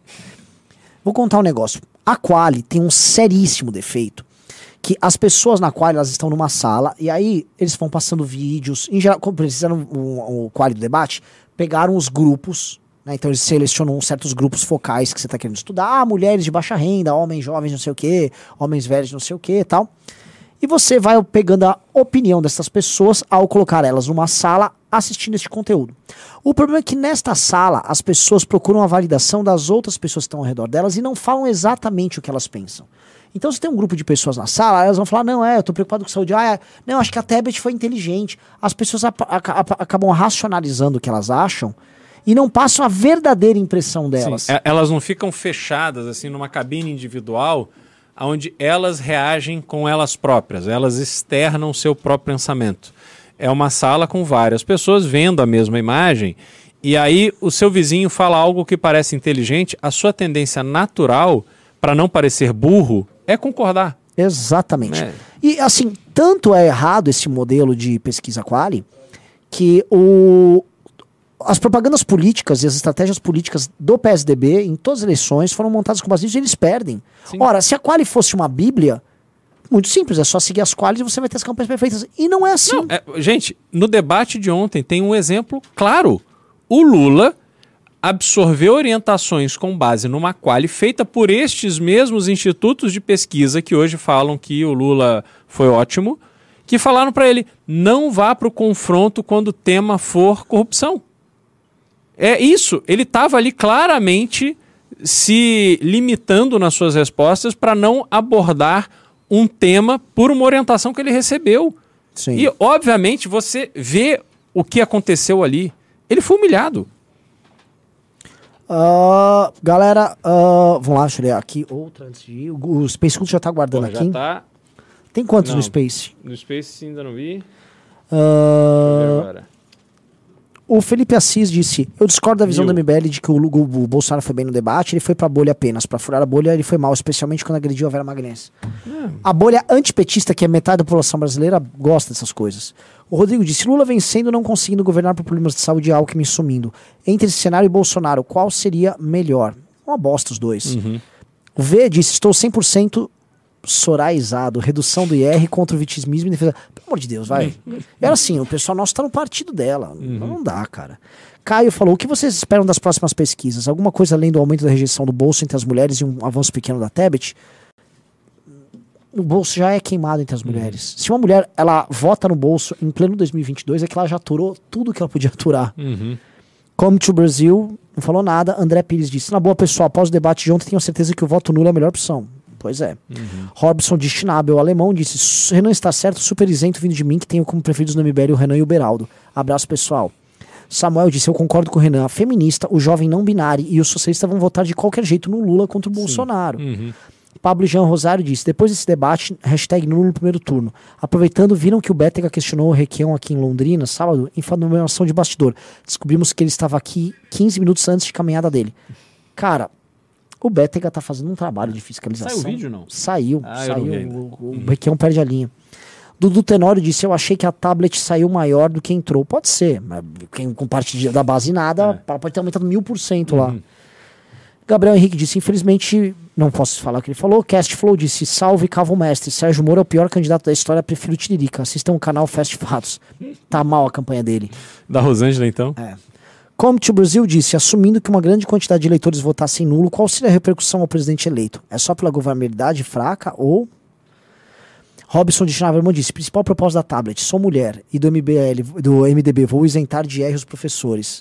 Vou contar um negócio. A quali tem um seríssimo defeito, que as pessoas na quali, elas estão numa sala, e aí eles vão passando vídeos. Em geral, como eles fizeram o, o quali do debate, pegaram os grupos. Então eles selecionam certos grupos focais que você está querendo estudar. Ah, mulheres de baixa renda, homens jovens não sei o que, homens velhos não sei o que e tal. E você vai pegando a opinião dessas pessoas ao colocar elas numa sala assistindo este conteúdo. O problema é que nesta sala as pessoas procuram a validação das outras pessoas que estão ao redor delas e não falam exatamente o que elas pensam. Então se tem um grupo de pessoas na sala, elas vão falar: não, é, eu tô preocupado com saúde. Ah, é, não, acho que a Tebet foi inteligente. As pessoas a, a, a, acabam racionalizando o que elas acham e não passam a verdadeira impressão delas. Sim, elas não ficam fechadas assim numa cabine individual onde elas reagem com elas próprias, elas externam o seu próprio pensamento. É uma sala com várias pessoas vendo a mesma imagem e aí o seu vizinho fala algo que parece inteligente, a sua tendência natural, para não parecer burro, é concordar. Exatamente. É. E assim, tanto é errado esse modelo de pesquisa quali que o... as propagandas políticas e as estratégias políticas do P S D B em todas as eleições foram montadas com base nisso e eles perdem. Sim. Ora, se a quali fosse uma bíblia, muito simples, é só seguir as qualis e você vai ter as campanhas perfeitas. E não é assim. Não, é, gente, no debate de ontem tem um exemplo claro. O Lula absorveu orientações com base numa quali feita por estes mesmos institutos de pesquisa que hoje falam que o Lula foi ótimo, que falaram para ele: não vá para o confronto quando o tema for corrupção. É isso, ele estava ali claramente se limitando nas suas respostas para não abordar um tema por uma orientação que ele recebeu. Sim. E, obviamente, você vê o que aconteceu ali. Ele foi humilhado. Uh, galera, uh, vamos lá, deixa eu ler aqui outra antes de ir. O Space Cult já tá guardando Pô, já aqui. Tá... Tem quantos não, no Space? No Space ainda não vi. Uh... agora. O Felipe Assis disse: eu discordo da visão Mil. do M B L de que o, o, o Bolsonaro foi bem no debate, ele foi pra bolha apenas. Pra furar a bolha, ele foi mal, especialmente quando agrediu a Vera Magalhães. Hum. A bolha antipetista, que é metade da população brasileira, gosta dessas coisas. O Rodrigo disse, Lula vencendo não conseguindo governar por problemas de saúde e Alckmin sumindo. Entre esse cenário e Bolsonaro, qual seria melhor? Uma bosta os dois. Uhum. O V disse, estou cem por cento soraizado, redução do I R contra o vitimismo e defesa. Pelo amor de Deus, vai. Era assim, o pessoal nosso tá no partido dela. Uhum. Não dá, cara. Caio falou, o que vocês esperam das próximas pesquisas? Alguma coisa além do aumento da rejeição do bolso entre as mulheres e um avanço pequeno da Tebet? O bolso já é queimado entre as mulheres. Se uma mulher, ela vota no bolso em pleno dois mil e vinte e dois, é que ela já aturou tudo que ela podia aturar. Uhum. Come to Brasil, não falou nada. André Pires disse, na boa, pessoal, após o debate de ontem, tenho certeza que o voto nulo é a melhor opção. Pois é. Uhum. Robson de Schnabel, alemão, disse, Renan está certo, super isento vindo de mim, que tenho como preferidos no M B L o Renan e o Beraldo. Abraço, pessoal. Samuel disse, eu concordo com o Renan, a feminista, o jovem não binário e o socialista vão votar de qualquer jeito no Lula contra o Sim. Bolsonaro. Uhum. Pablo Jean Rosário disse, depois desse debate, hashtag nulo no primeiro turno. Aproveitando, viram que o Bétega questionou o Requião aqui em Londrina, sábado, em informação de bastidor. Descobrimos que ele estava aqui quinze minutos antes de caminhada dele. Cara, o Bétega tá fazendo um trabalho de fiscalização. Saiu o vídeo, não? Saiu, Ah, saiu. O, o uhum. Requião perde a linha. Dudu Tenório disse, eu achei que a tablet saiu maior do que entrou. Pode ser, mas quem com parte de, da base nada, é. pode ter aumentado mil por cento lá. Uhum. Gabriel Henrique disse, infelizmente, não posso falar o que ele falou. Cast Flow disse, salve Cavo Mestre. Sérgio Moro é o pior candidato da história, prefiro o Tiririca. Assistam o canal Fast Fatos. Tá mal a campanha dele. Da Rosângela, então? É. Come to Brasil disse, assumindo que uma grande quantidade de eleitores votassem nulo, qual seria a repercussão ao presidente eleito? É só pela governabilidade fraca ou... Robson de Schnaverman disse, principal propósito da tablet, sou mulher e do M B L, do M D B, vou isentar de R os professores.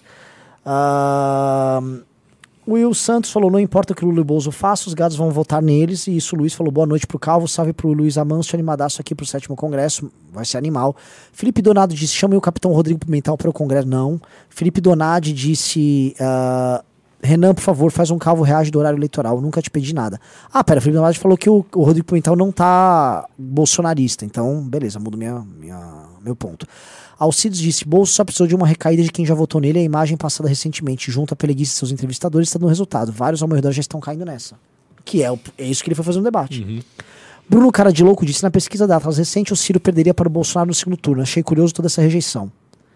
Uh... Will Santos falou, não importa o que o Lula e o Bolso façam, os gados vão votar neles. E isso, o Luiz falou, boa noite pro Calvo, salve pro Luiz Amâncio, animadaço aqui pro sétimo congresso, vai ser animal. Felipe Donado disse, chamem o capitão Rodrigo Pimentel para o congresso, não. Felipe Donadi disse, uh, Renan, por favor, faz um Calvo reage do horário eleitoral, nunca te pedi nada. Ah, pera, Felipe Donadi falou que o, o Rodrigo Pimentel não tá bolsonarista, então, beleza, mudo minha, minha, meu ponto. Alcides disse, Bolso só precisou de uma recaída de quem já votou nele, a imagem passada recentemente, junto a Peleguice e seus entrevistadores, está dando resultado. Vários ao meu redor já estão caindo nessa. Que é, o, é isso que ele foi fazer no debate. Uhum. Bruno Cara de Louco disse, na pesquisa da Atlas recente, o Ciro perderia para o Bolsonaro no segundo turno. Achei curioso toda essa rejeição.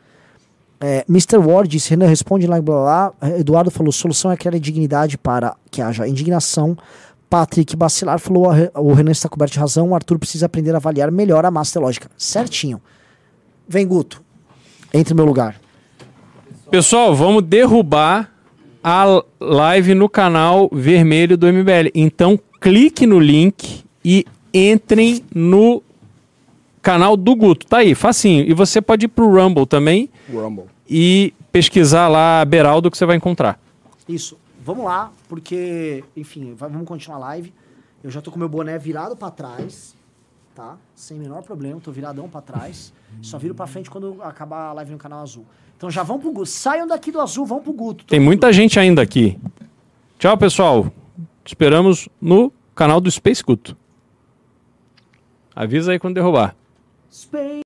É, mister Ward disse, Renan responde lá, blá, blá. Eduardo falou, solução é criar dignidade para que haja indignação. Patrick Bacilar falou, o Renan está coberto de razão, o Arthur precisa aprender a avaliar melhor a massa teológica. Certinho. Vem, Guto. Entre no meu lugar. Pessoal, vamos derrubar a live no canal vermelho do M B L. Então, clique no link e entrem no canal do Guto. Tá aí, facinho. E você pode ir pro Rumble também. Rumble. E pesquisar lá Beraldo que você vai encontrar. Isso. Vamos lá, porque, enfim, vai, vamos continuar a live. Eu já tô com meu boné virado pra trás. Tá? Sem o menor problema, tô viradão pra trás. Só viro pra frente quando acabar a live no canal azul. Então já vão pro Guto. Saiam daqui do azul, vão pro Guto. Tem muita mundo. gente ainda aqui. Tchau, pessoal. Esperamos no canal do Space Guto. Avisa aí quando derrubar. Space.